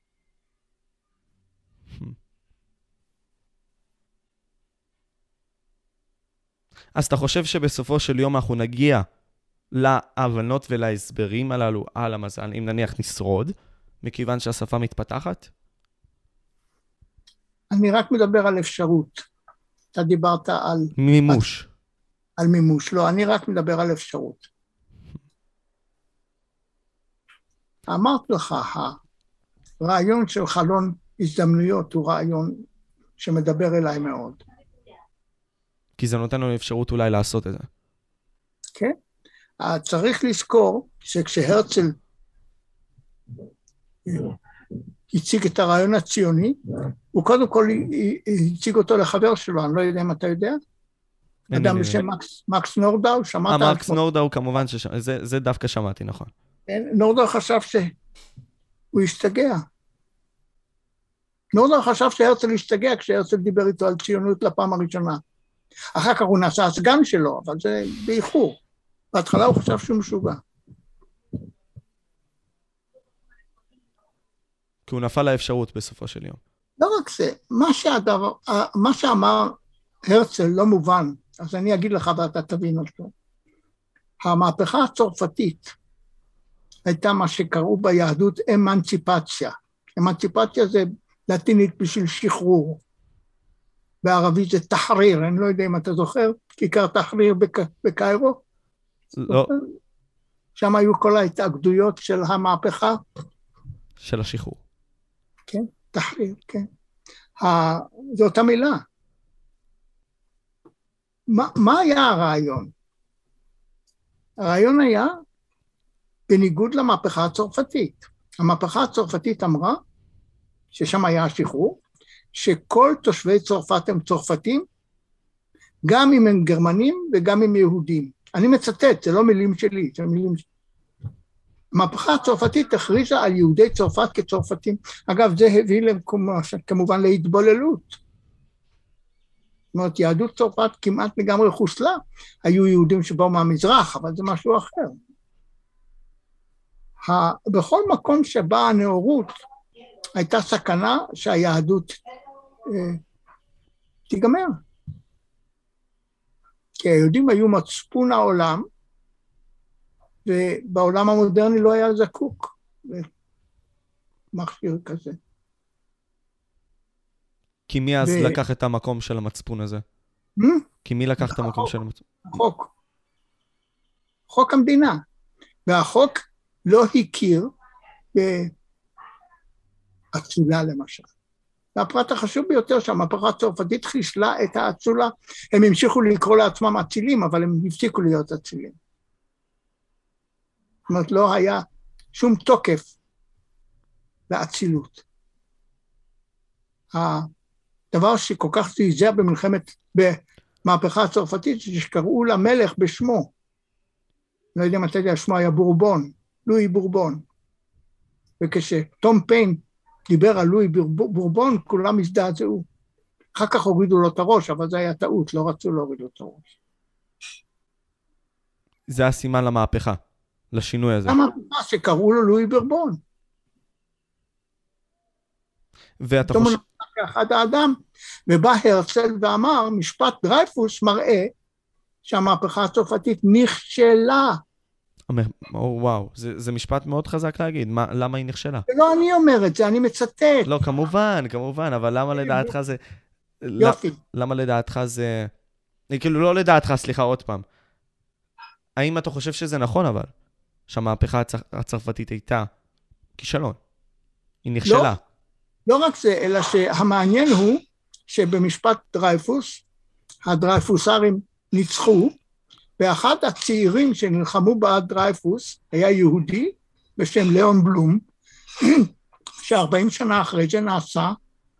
אז אתה חושב שבסופו של יום אנחנו נגיע להבנות ולהסברים הללו על המזל, אם נניח נשרוד, מכיוון שהשפה מתפתחת? אני רק מדבר על אפשרות. אתה דיברת על... מימוש. על מימוש. לא, אני רק מדבר על אפשרות. אמרתי לך, הרעיון של חלון הזדמנויות הוא רעיון שמדבר אליי מאוד. כי זה נותן לנו אפשרות אולי לעשות את זה. כן? צריך לזכור שכשהרצל הציג את הרעיון הציוני, הוא קודם כל הציג אותו לחבר שלו, אני לא יודע אם אתה יודע, אדם בשם מקס נורדאו, שמעת? מקס נורדאו כמובן, זה דווקא שמעתי, נכון. נורדאו חשב שהוא השתגע. נורדאו חשב שהרצל השתגע כשהרצל דיבר איתו על ציונות לפעם הראשונה. אחר כך הוא נעשה הסגן שלו, אבל זה באיחור. בהתחלה הוא חשב שהוא משוגע. כי הוא נפל לאפשרות בסופו של יום. לא רק זה, מה שאמר הרצל לא מובן, אז אני אגיד לך ואתה תבין אותו. המהפכה הצרפתית הייתה מה שקראו ביהדות אמנציפציה. אמנציפציה זה לטינית בשביל שחרור. בערבית זה תחריר, אני לא יודע אם אתה זוכר, כיכר תחריר בקיירו. לא. שם היו כל ההתאגדויות של המהפכה. של השחרור. כן, תחריר, כן. זו אותה מילה. מה היה הרעיון? הרעיון היה בניגוד למהפכה הצרפתית. המהפכה הצרפתית אמרה, ששם היה השחרור, שכל תושבי צרפת הם צרפתים, גם אם הם גרמנים וגם אם יהודים. אני מצטט, זה לא מילים שלי, זה מילים שלי. המהפכה הצרפתית הכריזה על יהודי צרפת כצרפתים. אגב, זה הביא להם כמובן להתבוללות. זאת אומרת, יהדות צרפת כמעט לגמרי חוסלה. היו יהודים שבאו מהמזרח, אבל זה משהו אחר. בכל מקום שבה הנאורות, הייתה סכנה שהיהדות תיגמר. כי היהודים היו מצפון העולם, ובעולם המודרני לא היה זקוק למכשיר כזה. כי מי אז לקח את המקום של המצפון הזה? כי מי לקח את המקום של המצפון? החוק. חוק המדינה. והחוק לא הכיר באצולה למשל. והפרט החשוב ביותר שהמהפכה הצרפתית חיסלה את האצולה, הם המשיכו לקרוא לעצמם אצילים, אבל הם הפסיקו להיות אצילים. זאת אומרת, לא היה שום תוקף לאצילות. הדבר שכל כך זעזע במהפכה הצרפתית, שקראו למלך בשמו. לא יודע אם אתה יודע, שמו היה בורבון, לואי בורבון. וכשתום פיין דיבר על לואי בורבון, כולם הזדעזעו. אחר כך הורידו לו את הראש, אבל זה היה טעות, לא רצו להוריד לו את הראש. זה הסימן למהפכה, לשינוי הזה. המהפכה שקראו לו לואי בורבון. ואתה חושב... אחד האדם, ובא הרצל ואמר, משפט דרייפוס מראה שהמהפכה הצרפתית נכשלה. וואו, זה משפט מאוד חזק להגיד, למה היא נכשלה? לא אני אומר את זה, אני מצטט. לא, כמובן, אבל למה לדעתך זה... יופי. למה לדעתך זה... כאילו, לא לדעתך, סליחה, עוד פעם. האם אתה חושב שזה נכון, אבל? שהמהפכה הצרפתית הייתה כישלון? היא נכשלה. לא רק זה, אלא שהמעניין הוא שבמשפט דרייפוס, הדרייפוסרים ניצחו, ואחד הצעירים שנלחמו בעד דרייפוס היה יהודי בשם ליאון בלום, ש40 שנה אחרי זה נעשה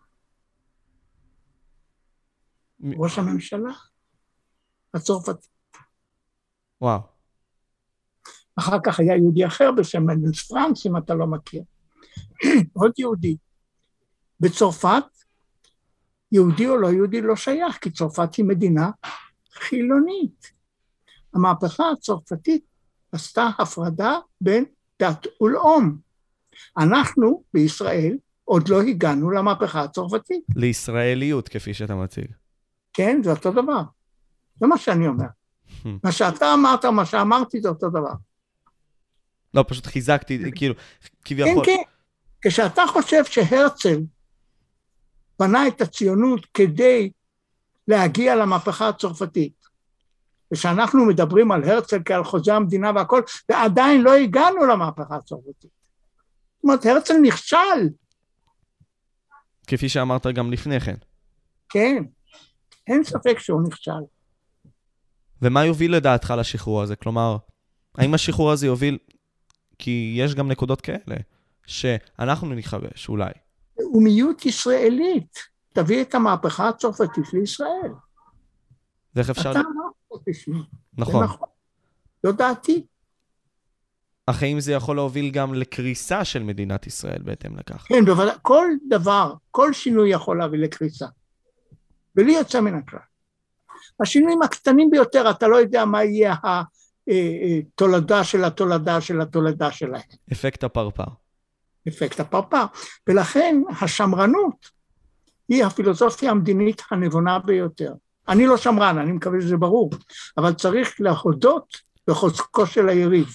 ראש הממשלה הצרפתי. וואו. אחר כך היה יהודי אחר בשם מנדלס פרנס, אם אתה לא מכיר. עוד יהודי. בצרפת, יהודי או לא יהודי לא שייך, כי צרפת היא מדינה חילונית. המהפכה הצרפתית עשתה הפרדה בין דת ולאום. אנחנו בישראל עוד לא הגענו למהפכה הצרפתית. לישראליות, כפי שאתה מציג. כן, זה אותו דבר. זה מה שאני אומר. מה שאתה אמרת, מה שאמרתי, זה אותו דבר. לא, פשוט חיזקתי, כאילו, כביכול. כן, כן. כשאתה חושב שהרצל בנה את הציונות כדי להגיע למהפכה הצרפתית, ושאנחנו מדברים על הרצל כעל חוזה המדינה והכל, ועדיין לא הגענו למהפכה הצרפתית. זאת אומרת, הרצל נכשל. כפי שאמרת גם לפני כן. כן, אין ספק שהוא נכשל. ומה יוביל לדעתך לשחרור הזה? כלומר, האם השחרור הזה יוביל, כי יש גם נקודות כאלה, שאנחנו נכבש אולי. לאומיות ישראלית, תביא את המהפכה הצרפתית לישראל. ואיך אפשר... אתה אמרת בשמי. נכון. נכון. לא דעתי. אך האם זה יכול להוביל גם לקריסה של מדינת ישראל בהתאם לכך? כן, בוודאי, כל דבר, כל שינוי יכול להביא לקריסה. בלי יוצא מן הכלל. השינויים הקטנים ביותר, אתה לא יודע מה יהיה התולדה של התולדה של התולדה שלהם. אפקט הפרפר. אפקט הפרפר. ולכן השמרנות היא הפילוסופיה המדינית הנבונה ביותר. אני לא שמרן, אני מקווה שזה ברור, אבל צריך להודות בחוזקו של היריב.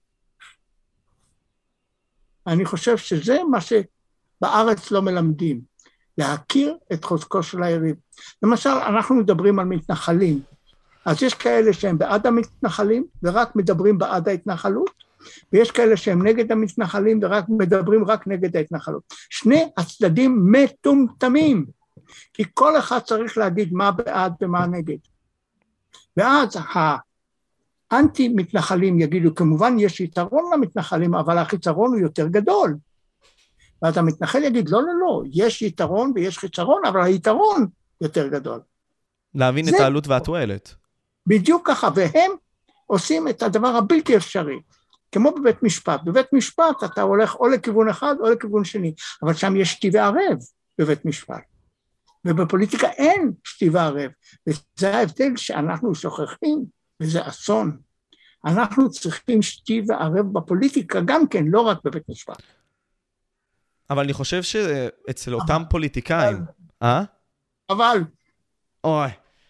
אני חושב שזה מה שבארץ לא מלמדים, להכיר את חוזקו של היריב. למשל, אנחנו מדברים על מתנחלים, אז יש כאלה שהם בעד המתנחלים ורק מדברים בעד ההתנחלות, ויש כאלה שהם נגד המתנחלים ורק מדברים רק נגד ההתנחלות. שני הצדדים מטומטמים, כי כל אחד צריך להגיד מה בעד ומה נגד. ואז האנטי מתנחלים יגידו, כמובן יש יתרון למתנחלים, אבל החיצרון הוא יותר גדול. ואז המתנחל יגיד, לא, לא, לא, יש יתרון ויש חיצרון, אבל היתרון יותר גדול. להבין את העלות והתועלת. בדיוק ככה, והם עושים את הדבר הבלתי אפשרי, כמו בבית משפט. בבית משפט אתה הולך או לכיוון אחד או לכיוון שני, אבל שם יש שתי וערב בבית משפט. ובפוליטיקה אין שתי וערב, וזה ההבדל שאנחנו שוכחים, וזה אסון. אנחנו צריכים שתי וערב בפוליטיקה גם כן, לא רק בבית משפט. אבל אני חושב שאצל אותם פוליטיקאים... אבל... אוי.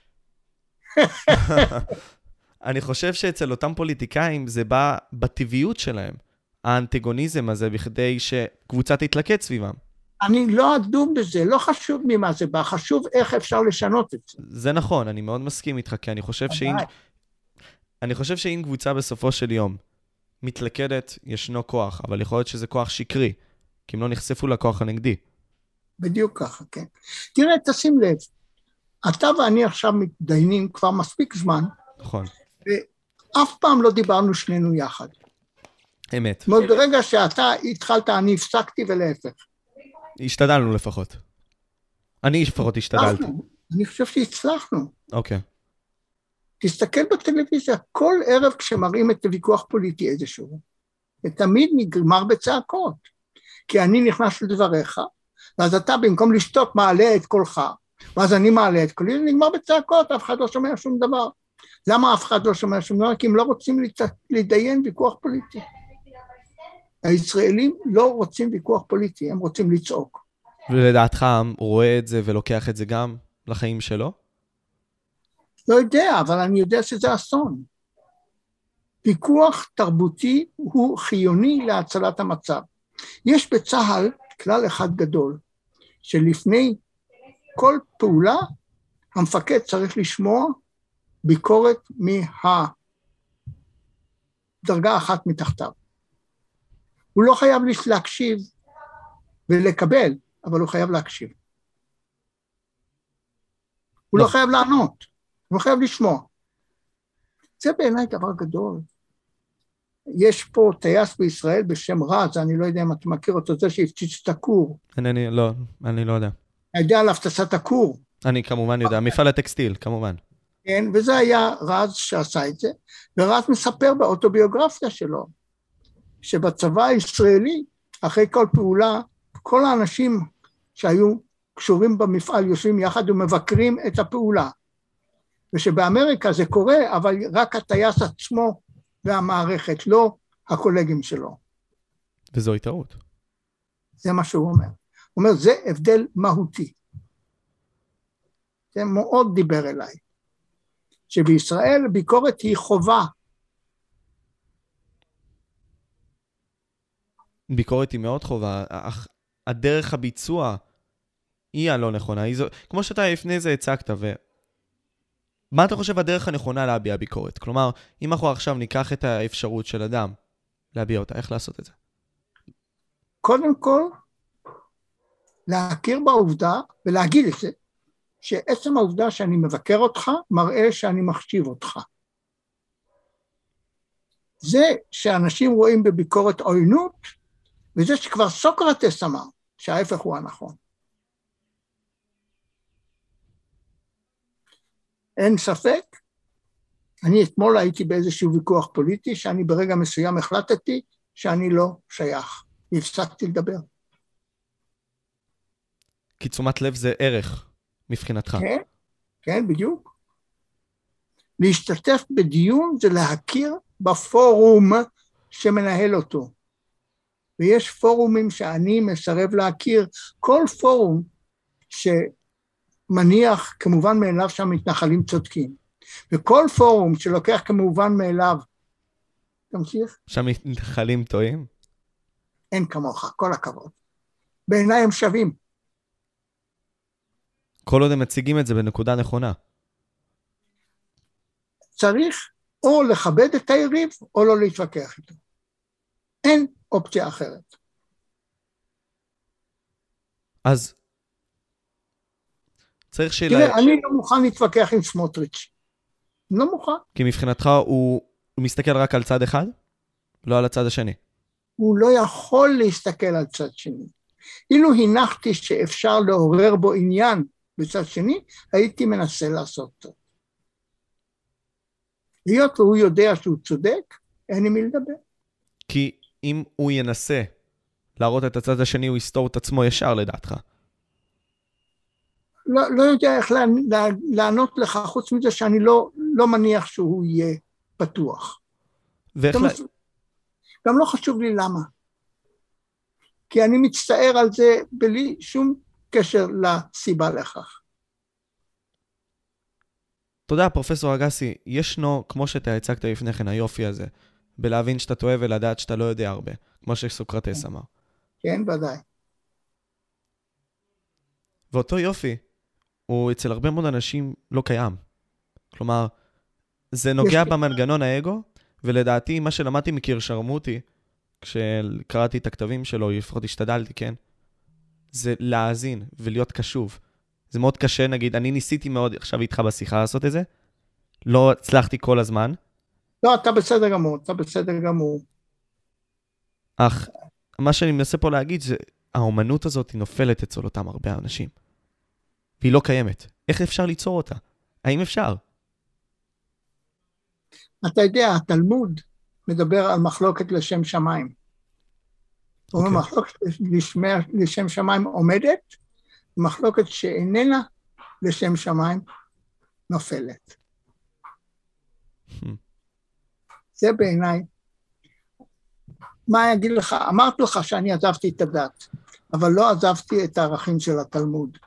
אני חושב שאצל אותם פוליטיקאים זה בא בטבעיות שלהם, האנטגוניזם הזה, בכדי שקבוצה תתלכד סביבם. אני לא אדום בזה, לא חשוב ממה זה בא, חשוב איך אפשר לשנות את זה. זה נכון, אני מאוד מסכים איתך, כי אני חושב שאם קבוצה בסופו של יום מתלכדת, ישנו כוח, אבל יכול להיות שזה כוח שקרי, כי הם לא נחשפו לכוח הנגדי. בדיוק ככה, כן. תראה, תשים לב, אתה ואני עכשיו מתדיינים כבר מספיק זמן, נכון. ואף פעם לא דיברנו שנינו יחד. אמת. ברגע שאתה התחלת, אני הפסקתי ולהפך. השתדלנו לפחות. אני לפחות השתדלתי. אני חושב שהצלחנו. אוקיי. תסתכל בטלוויזיה, כל ערב כשמראים את הוויכוח פוליטי איזשהו, תמיד נגמר בצעקות, כי אני נכנס לדבריך, ואז אתה במקום לשתוק מעלה את קולך, ואז אני מעלה את קולי, נגמר בצעקות, אף אחד לא שומע שום דבר. למה אף אחד לא שומע שום דבר? כי הם לא רוצים להתדיין ויכוח פוליטי. הישראלים לא רוצים ויכוח פוליטי, הם רוצים לצעוק. ולדעתך הוא רואה את זה ולוקח את זה גם לחיים שלו? לא יודע, אבל אני יודע שזה אסון. ויכוח תרבותי הוא חיוני להצלת המצב. יש בצה"ל כלל אחד גדול, שלפני כל פעולה, המפקד צריך לשמוע ביקורת מהדרגה אחת מתחתיו. הוא לא חייב להקשיב ולקבל, אבל הוא חייב להקשיב. הוא לא חייב לענות, הוא חייב לשמוע. זה בעיניי דבר גדול. יש פה טייס בישראל בשם רז, אני לא יודע אם אתה מכיר אותו, זה שהפציץ את הכור. אני לא יודע. אני יודע על הפצצת הכור. אני כמובן יודע, מפעל הטקסטיל, כמובן. כן, וזה היה רז שעשה את זה, ורז מספר באוטוביוגרפיה שלו, שבצבא הישראלי, אחרי כל פעולה, כל האנשים שהיו קשורים במפעל יושבים יחד ומבקרים את הפעולה, ושבאמריקה זה קורה, אבל רק הטייס עצמו והמערכת, לא הקולגים שלו. וזוהי טעות. זה מה שהוא אומר. הוא אומר, זה הבדל מהותי. זה מאוד דיבר אליי. שבישראל ביקורת היא חובה. ביקורת היא מאוד חובה, אך הדרך הביצוע היא הלא נכונה. כמו שאתה לפני זה הצגת, מה אתה חושב הדרך הנכונה להביע ביקורת? כלומר, אם אנחנו עכשיו ניקח את האפשרות של אדם להביע אותה, איך לעשות את זה? קודם כל, להכיר בעובדה ולהגיד את זה, שעצם העובדה שאני מבקר אותך, מראה שאני מחשיב אותך. זה שאנשים רואים בביקורת עוינות, וזה שכבר סוקרטס אמר, שההפך הוא הנכון. אין ספק, אני אתמול הייתי באיזשהו ויכוח פוליטי, שאני ברגע מסוים החלטתי שאני לא שייך, והפסקתי לדבר. כי תשומת לב זה ערך, מבחינתך. כן, כן, בדיוק. להשתתף בדיון זה להכיר בפורום שמנהל אותו. ויש פורומים שאני מסרב להכיר, כל פורום שמניח כמובן מאליו שהמתנחלים צודקים, וכל פורום שלוקח כמובן מאליו, תמשיך? שהמתנחלים טועים? אין כמוך, כל הכבוד. בעיניי הם שווים. כל עוד הם מציגים את זה בנקודה נכונה. צריך או לכבד את היריב, או לא להתווכח איתו. אין אופציה אחרת. אז צריך תראה, אני לא מוכן להתווכח עם סמוטריץ'. לא מוכן. כי מבחינתך הוא מסתכל רק על צד אחד? לא על הצד השני. הוא לא יכול להסתכל על צד שני. אילו הנחתי שאפשר לעורר בו עניין בצד שני, הייתי מנסה לעשות זאת. היות והוא יודע שהוא צודק, אין עם מי לדבר. כי אם הוא ינסה להראות את הצד השני, הוא יסתור את עצמו ישר לדעתך. לא יודע איך לענות לך, חוץ מזה שאני לא מניח שהוא יהיה פתוח. גם לא חשוב לי למה. כי אני מצטער על זה בלי שום קשר לסיבה לכך. תודה, פרופסור אגסי. ישנו, כמו שאתה הצגת לפני כן, היופי הזה, בלהבין שאתה טועה ולדעת שאתה לא יודע הרבה, כמו שסוקרטס אמר. כן, ודאי. ואותו יופי, הוא אצל הרבה מאוד אנשים לא קיים. כלומר, זה נוגע במנגנון האגו, ולדעתי מה שלמדתי מקיר שרמוטי, כשקראתי את הכתבים שלו, לפחות השתדלתי, כן? זה להאזין ולהיות קשוב. זה מאוד קשה, נגיד, אני ניסיתי מאוד עכשיו איתך בשיחה לעשות את זה, לא הצלחתי כל הזמן. לא, אתה בסדר גמור, אתה בסדר גמור. אך, מה שאני מנסה פה להגיד, זה האומנות הזאת היא נופלת אצל אותם הרבה אנשים. והיא לא קיימת. איך אפשר ליצור אותה? האם אפשר? אתה יודע, התלמוד מדבר על מחלוקת לשם שמיים. הוא אומר, מחלוקת לשם שמיים עומדת, מחלוקת שאיננה לשם שמיים נופלת. זה בעיניי. מה אגיד לך? אמרתי לך שאני עזבתי את הדת, אבל לא עזבתי את הערכים של התלמוד.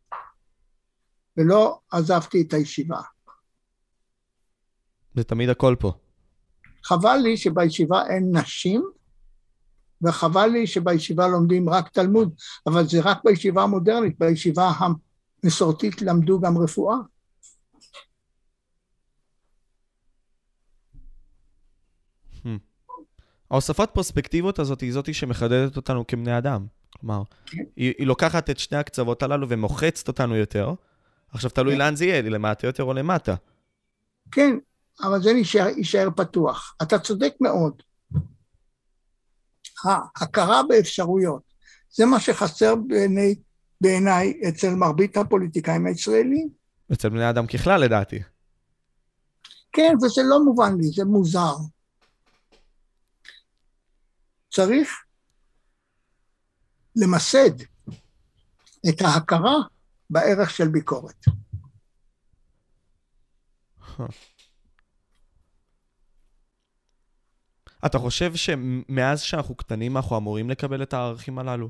ולא עזבתי את הישיבה. זה תמיד הכל פה. חבל לי שבישיבה אין נשים, וחבל לי שבישיבה לומדים רק תלמוד, אבל זה רק בישיבה המודרנית, בישיבה המסורתית למדו גם רפואה. ההוספת פרספקטיבות הזאת היא זאת שמחדדת אותנו כבני אדם. כלומר, היא לוקחת את שני הקצוות הללו ומוחצת אותנו יותר. עכשיו תלוי לאן זה יהיה, למטה יותר או למטה. כן, אבל זה יישאר פתוח. אתה צודק מאוד. ההכרה באפשרויות, זה מה שחסר בעיניי אצל מרבית הפוליטיקאים הישראלים. אצל בני אדם ככלל לדעתי. כן, וזה לא מובן לי, זה מוזר. צריך למסד את ההכרה בערך של ביקורת. אתה חושב שמאז שאנחנו קטנים אנחנו אמורים לקבל את הערכים הללו?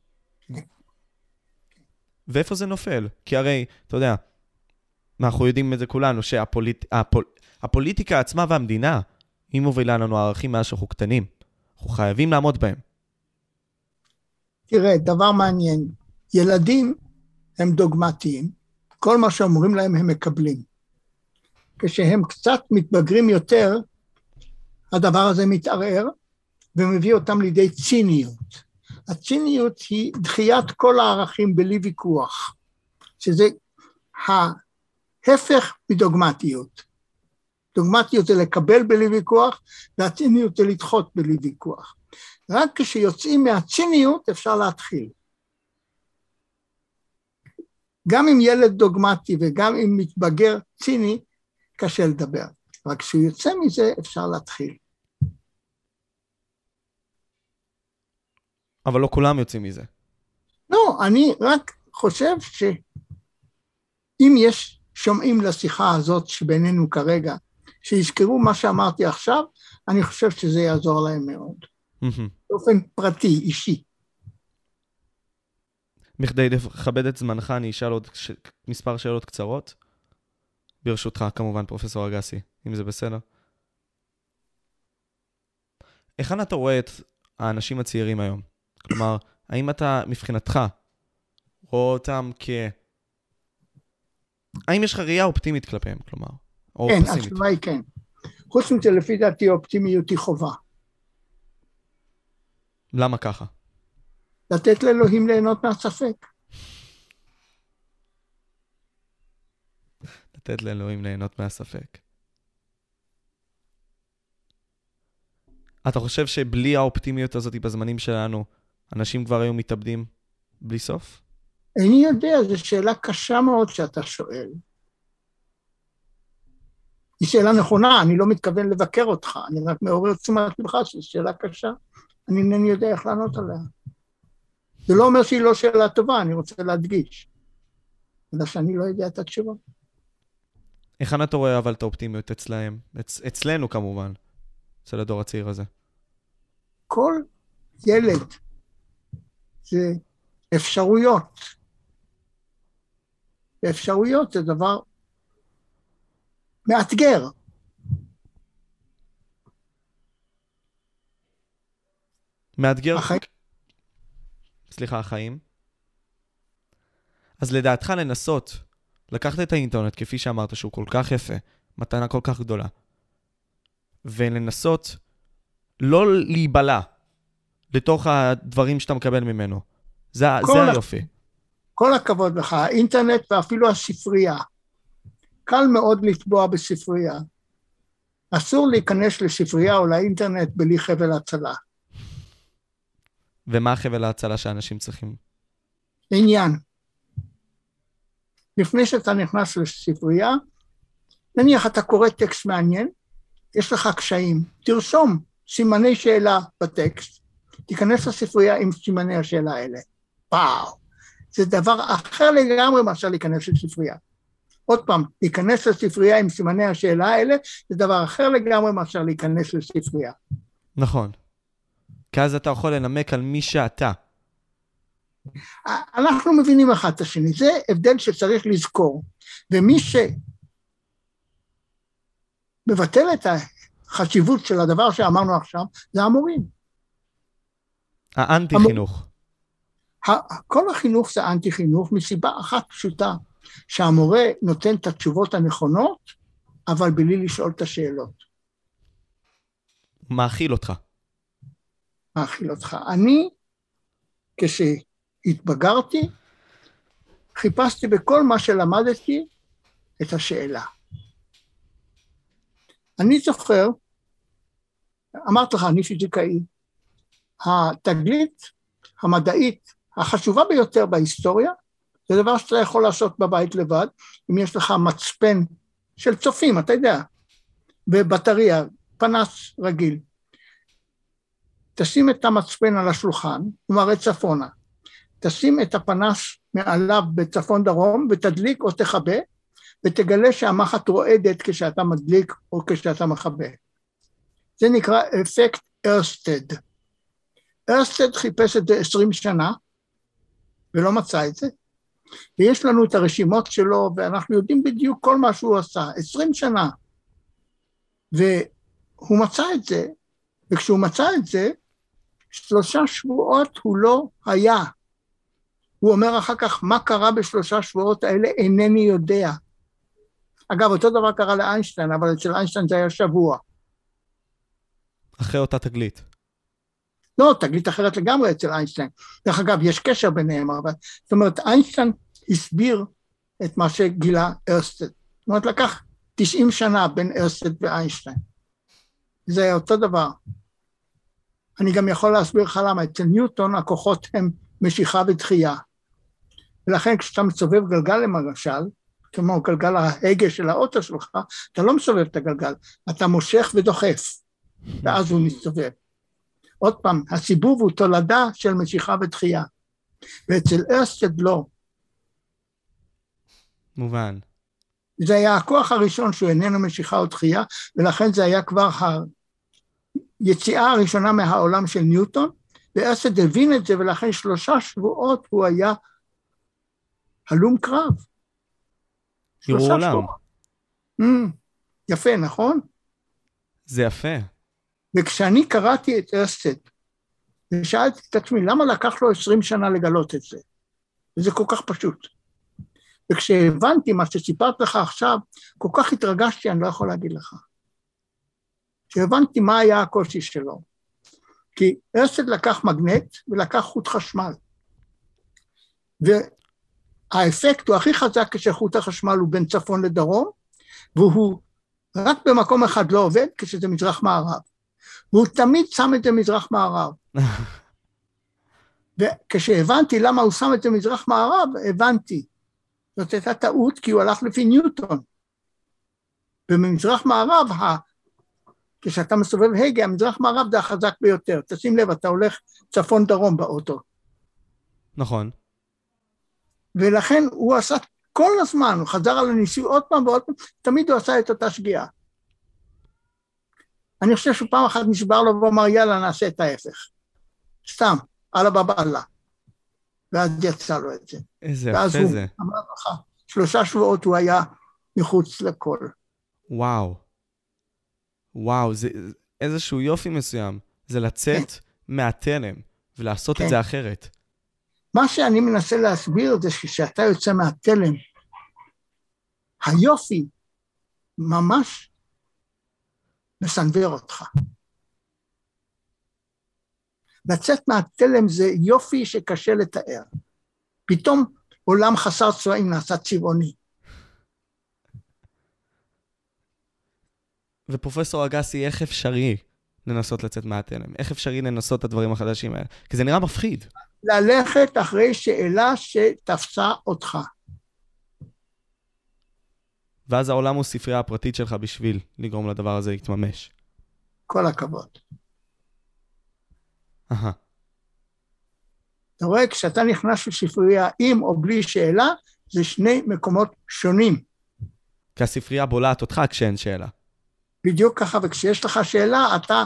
ואיפה זה נופל? כי הרי, אתה יודע, אנחנו יודעים את זה כולנו, שהפוליטיקה עצמה והמדינה, היא מובילה לנו הערכים מאז שאנחנו קטנים. אנחנו חייבים לעמוד בהם. תראה, דבר מעניין, ילדים הם דוגמטיים, כל מה שאומרים להם הם מקבלים. כשהם קצת מתבגרים יותר, הדבר הזה מתערער, ומביא אותם לידי ציניות. הציניות היא דחיית כל הערכים בלי ויכוח, שזה ההפך מדוגמטיות. דוגמטיות זה לקבל בלי ויכוח, והציניות זה לדחות בלי ויכוח. רק כשיוצאים מהציניות אפשר להתחיל. גם עם ילד דוגמטי וגם עם מתבגר ציני, קשה לדבר. רק כשהוא יוצא מזה אפשר להתחיל. אבל לא כולם יוצאים מזה. לא, אני רק חושב שאם יש שומעים לשיחה הזאת שבינינו כרגע, שיזכרו מה שאמרתי עכשיו, אני חושב שזה יעזור להם מאוד. באופן פרטי, אישי. בכדי לכבד את זמנך, אני אשאל עוד מספר שאלות קצרות. ברשותך, כמובן, פרופסור אגסי, אם זה בסדר. איך אתה רואה את האנשים הצעירים היום? כלומר, האם אתה, מבחינתך, רואה אותם האם יש לך ראייה אופטימית כלפיהם, כלומר? כן, התשובה היא כן. חוץ מזה, לפי דעתי, אופטימיות היא חובה. למה ככה? לתת לאלוהים ליהנות מהספק. לתת לאלוהים ליהנות מהספק. אתה חושב שבלי האופטימיות הזאת בזמנים שלנו, אנשים כבר היו מתאבדים בלי סוף? איני יודע, זו שאלה קשה מאוד שאתה שואל. היא שאלה נכונה, אני לא מתכוון לבקר אותך, אני רק מעורר תשומת לבך שזו שאלה קשה, אני אינני יודע איך לענות עליה. זה לא אומר שהיא לא שאלה טובה, אני רוצה להדגיש. אלא שאני לא יודע את התשובה. איך אתה רואה אבל את האופטימיות אצלהם? אצלנו כמובן, אצל הדור הצעיר הזה. כל ילד זה אפשרויות. ואפשרויות זה דבר מאתגר. מאתגר? סליחה, החיים. אז לדעתך לנסות לקחת את האינטרנט, כפי שאמרת, שהוא כל כך יפה, מתנה כל כך גדולה, ולנסות לא להיבלע לתוך הדברים שאתה מקבל ממנו. זה היופי. כל הכבוד לך, האינטרנט ואפילו הספרייה. קל מאוד לטבוע בספרייה. אסור להיכנס לספרייה או לאינטרנט בלי חבל הצלה. ומה חבל ההצלה שאנשים צריכים? עניין. לפני שאתה נכנס לספרייה, נניח אתה קורא טקסט מעניין, יש לך קשיים, תרשום סימני שאלה בטקסט, תיכנס לספרייה עם סימני השאלה האלה. וואו, זה דבר אחר לגמרי מאשר להיכנס לספרייה. עוד פעם, להיכנס לספרייה עם סימני השאלה האלה, זה דבר אחר לגמרי מאשר להיכנס לספרייה. נכון. כי אז אתה יכול לנמק על מי שאתה. אנחנו מבינים אחד את השני, זה הבדל שצריך לזכור, ומי שמבטל את החשיבות של הדבר שאמרנו עכשיו, זה המורים. האנטי חינוך. כל החינוך זה אנטי חינוך, מסיבה אחת פשוטה, שהמורה נותן את התשובות הנכונות, אבל בלי לשאול את השאלות. מאכיל אותך. מאכיל אותך. אני, כשהתבגרתי, חיפשתי בכל מה שלמדתי את השאלה. אני זוכר, אמרתי לך, אני פיזיקאי, התגלית המדעית החשובה ביותר בהיסטוריה, זה דבר שאתה יכול לעשות בבית לבד, אם יש לך מצפן של צופים, אתה יודע, ובטריה, פנס רגיל. תשים את המצפן על השולחן, הוא מראה צפונה. תשים את הפנס מעליו בצפון דרום, ותדליק או תחבא, ותגלה שהמחט רועדת כשאתה מדליק או כשאתה מחבא. זה נקרא אפקט ארסטד. ארסטד חיפש את זה 20 שנה, ולא מצא את זה. ויש לנו את הרשימות שלו, ואנחנו יודעים בדיוק כל מה שהוא עשה, 20 שנה. והוא מצא את זה, וכשהוא מצא את זה, 3 שבועות הוא לא היה. הוא אומר אחר כך, מה קרה ב3 שבועות האלה, אינני יודע. אגב, אותו דבר קרה לאיינשטיין, אבל אצל איינשטיין זה היה שבוע. אחרי אותה תגלית. לא, תגלית אחרת לגמרי אצל איינשטיין. דרך אגב, יש קשר ביניהם, אבל זאת אומרת, איינשטיין הסביר את מה שגילה ארסטד. זאת אומרת, לקח 90 שנה בין ארסטד ואיינשטיין. זה היה אותו דבר. אני גם יכול להסביר לך למה, אצל ניוטון הכוחות הם משיכה ודחייה. ולכן כשאתה מסובב גלגל למשל, כמו גלגל ההגה של האוטו שלך, אתה לא מסובב את הגלגל, אתה מושך ודוחף, ואז הוא מסתובב. עוד פעם, הסיבוב הוא תולדה של משיכה ודחייה, ואצל ארסטד לא. מובן. זה היה הכוח הראשון שהוא איננו משיכה או דחייה, ולכן זה היה כבר היציאה הראשונה מהעולם של ניוטון, וארסטד הבין את זה, ולכן 3 שבועות הוא היה הלום קרב. יראו עולם. יפה, נכון? זה יפה. וכשאני קראתי את ארסטד, ושאלתי את עצמי, למה לקח לו 20 שנה לגלות את זה? וזה כל כך פשוט. וכשהבנתי מה שסיפרת לך עכשיו, כל כך התרגשתי, אני לא יכול להגיד לך. כשהבנתי מה היה הקושי שלו. כי ארסטד לקח מגנט ולקח חוט חשמל. והאפקט הוא הכי חזק כשחוט החשמל הוא בין צפון לדרום, והוא רק במקום אחד לא עובד, כשזה מזרח מערב. והוא תמיד שם את זה מזרח מערב. וכשהבנתי למה הוא שם את זה מזרח מערב, הבנתי. זאת הייתה טעות, כי הוא הלך לפי ניוטון. ובמזרח מערב, כשאתה מסובב הגה, המזרח מערב זה החזק ביותר. תשים לב, אתה הולך צפון דרום באוטו. נכון. ולכן הוא עשה כל הזמן, הוא חזר על הניסוי עוד פעם ועוד פעם, תמיד הוא עשה את אותה שגיאה. אני חושב שפעם אחת נשבר לו ואומר, יאללה, נעשה את ההפך. סתם, אללה בבאללה. ואז יצא לו את זה. איזה יפה זה. ואז הוא אמר לך, 3 שבועות הוא היה מחוץ לכל. וואו. וואו, זה איזשהו יופי מסוים. זה לצאת מהתלם, ולעשות את זה אחרת. מה שאני מנסה להסביר זה שכשאתה יוצא מהתלם, היופי ממש מסנוור אותך. לצאת מהתלם זה יופי שקשה לתאר. פתאום עולם חסר צבעים נעשה צבעוני. ופרופסור אגסי, איך אפשרי לנסות לצאת מהתלם? איך אפשרי לנסות את הדברים החדשים האלה? כי זה נראה מפחיד. ללכת אחרי שאלה שתפסה אותך. ואז העולם הוא ספרייה הפרטית שלך בשביל לגרום לדבר הזה להתממש. כל הכבוד. אהה. אתה רואה, כשאתה נכנס לספרייה עם או בלי שאלה, זה 2 מקומות שונים. כי הספרייה בולעת אותך כשאין שאלה. בדיוק ככה, וכשיש לך שאלה, אתה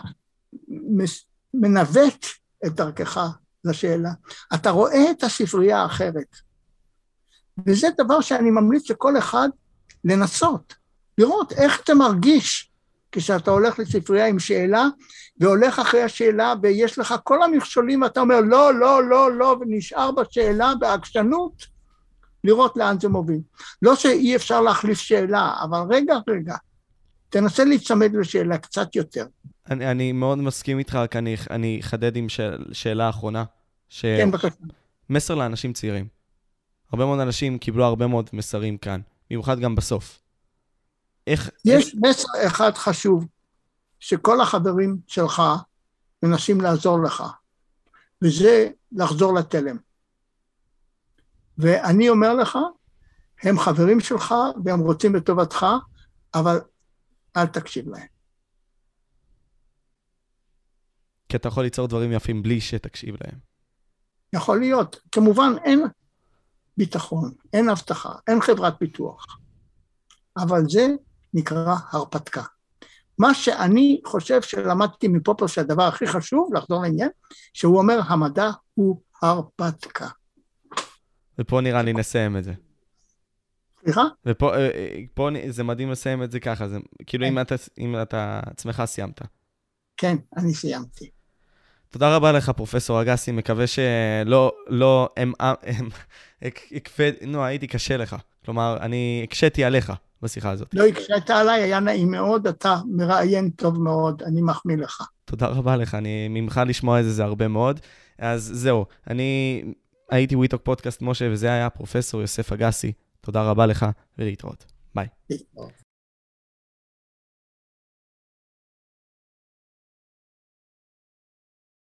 מנווט את דרכך לשאלה. אתה רואה את הספרייה האחרת. וזה דבר שאני ממליץ לכל אחד לנסות, לראות איך אתה מרגיש כשאתה הולך לספרייה עם שאלה, והולך אחרי השאלה, ויש לך כל המכשולים, ואתה אומר, לא, לא, לא, לא, ונשאר בשאלה בעקשנות, לראות לאן זה מוביל. לא שאי אפשר להחליף שאלה, אבל רגע, תנסה להצמד לשאלה קצת יותר. אני מאוד מסכים איתך, רק אני אחדד עם שאלה האחרונה. כן, בבקשה. מסר לאנשים צעירים. הרבה מאוד אנשים קיבלו הרבה מאוד מסרים כאן, במיוחד גם בסוף. יש מסר אחד חשוב, שכל החברים שלך מנסים לעזור לך, וזה לחזור לתלם. ואני אומר לך, הם חברים שלך, והם רוצים בטובתך, אבל אל תקשיב להם. כי אתה יכול ליצור דברים יפים בלי שתקשיב להם. יכול להיות. כמובן אין ביטחון, אין הבטחה, אין חברת ביטוח. אבל זה נקרא הרפתקה. מה שאני חושב שלמדתי מפופר שהדבר הכי חשוב, לחזור לעניין, שהוא אומר המדע הוא הרפתקה. ופה נראה לי נסיים את זה. סליחה? ופה זה מדהים לסיים את זה ככה, זה כאילו אם אתה עצמך סיימת. כן, אני סיימתי. תודה רבה לך, פרופסור אגסי, מקווה שלא, הייתי קשה לך. כלומר, אני הקשיתי עליך בשיחה הזאת. לא הקשית עליי, היה נעים מאוד, אתה מראיין טוב מאוד, אני מחמיא לך. תודה רבה לך, אני ממך לשמוע את זה הרבה מאוד. אז זהו, אני הייתי וויטוק פודקאסט משה, וזה היה פרופסור יוסף אגסי. תודה רבה לך, ולהתראות. ביי.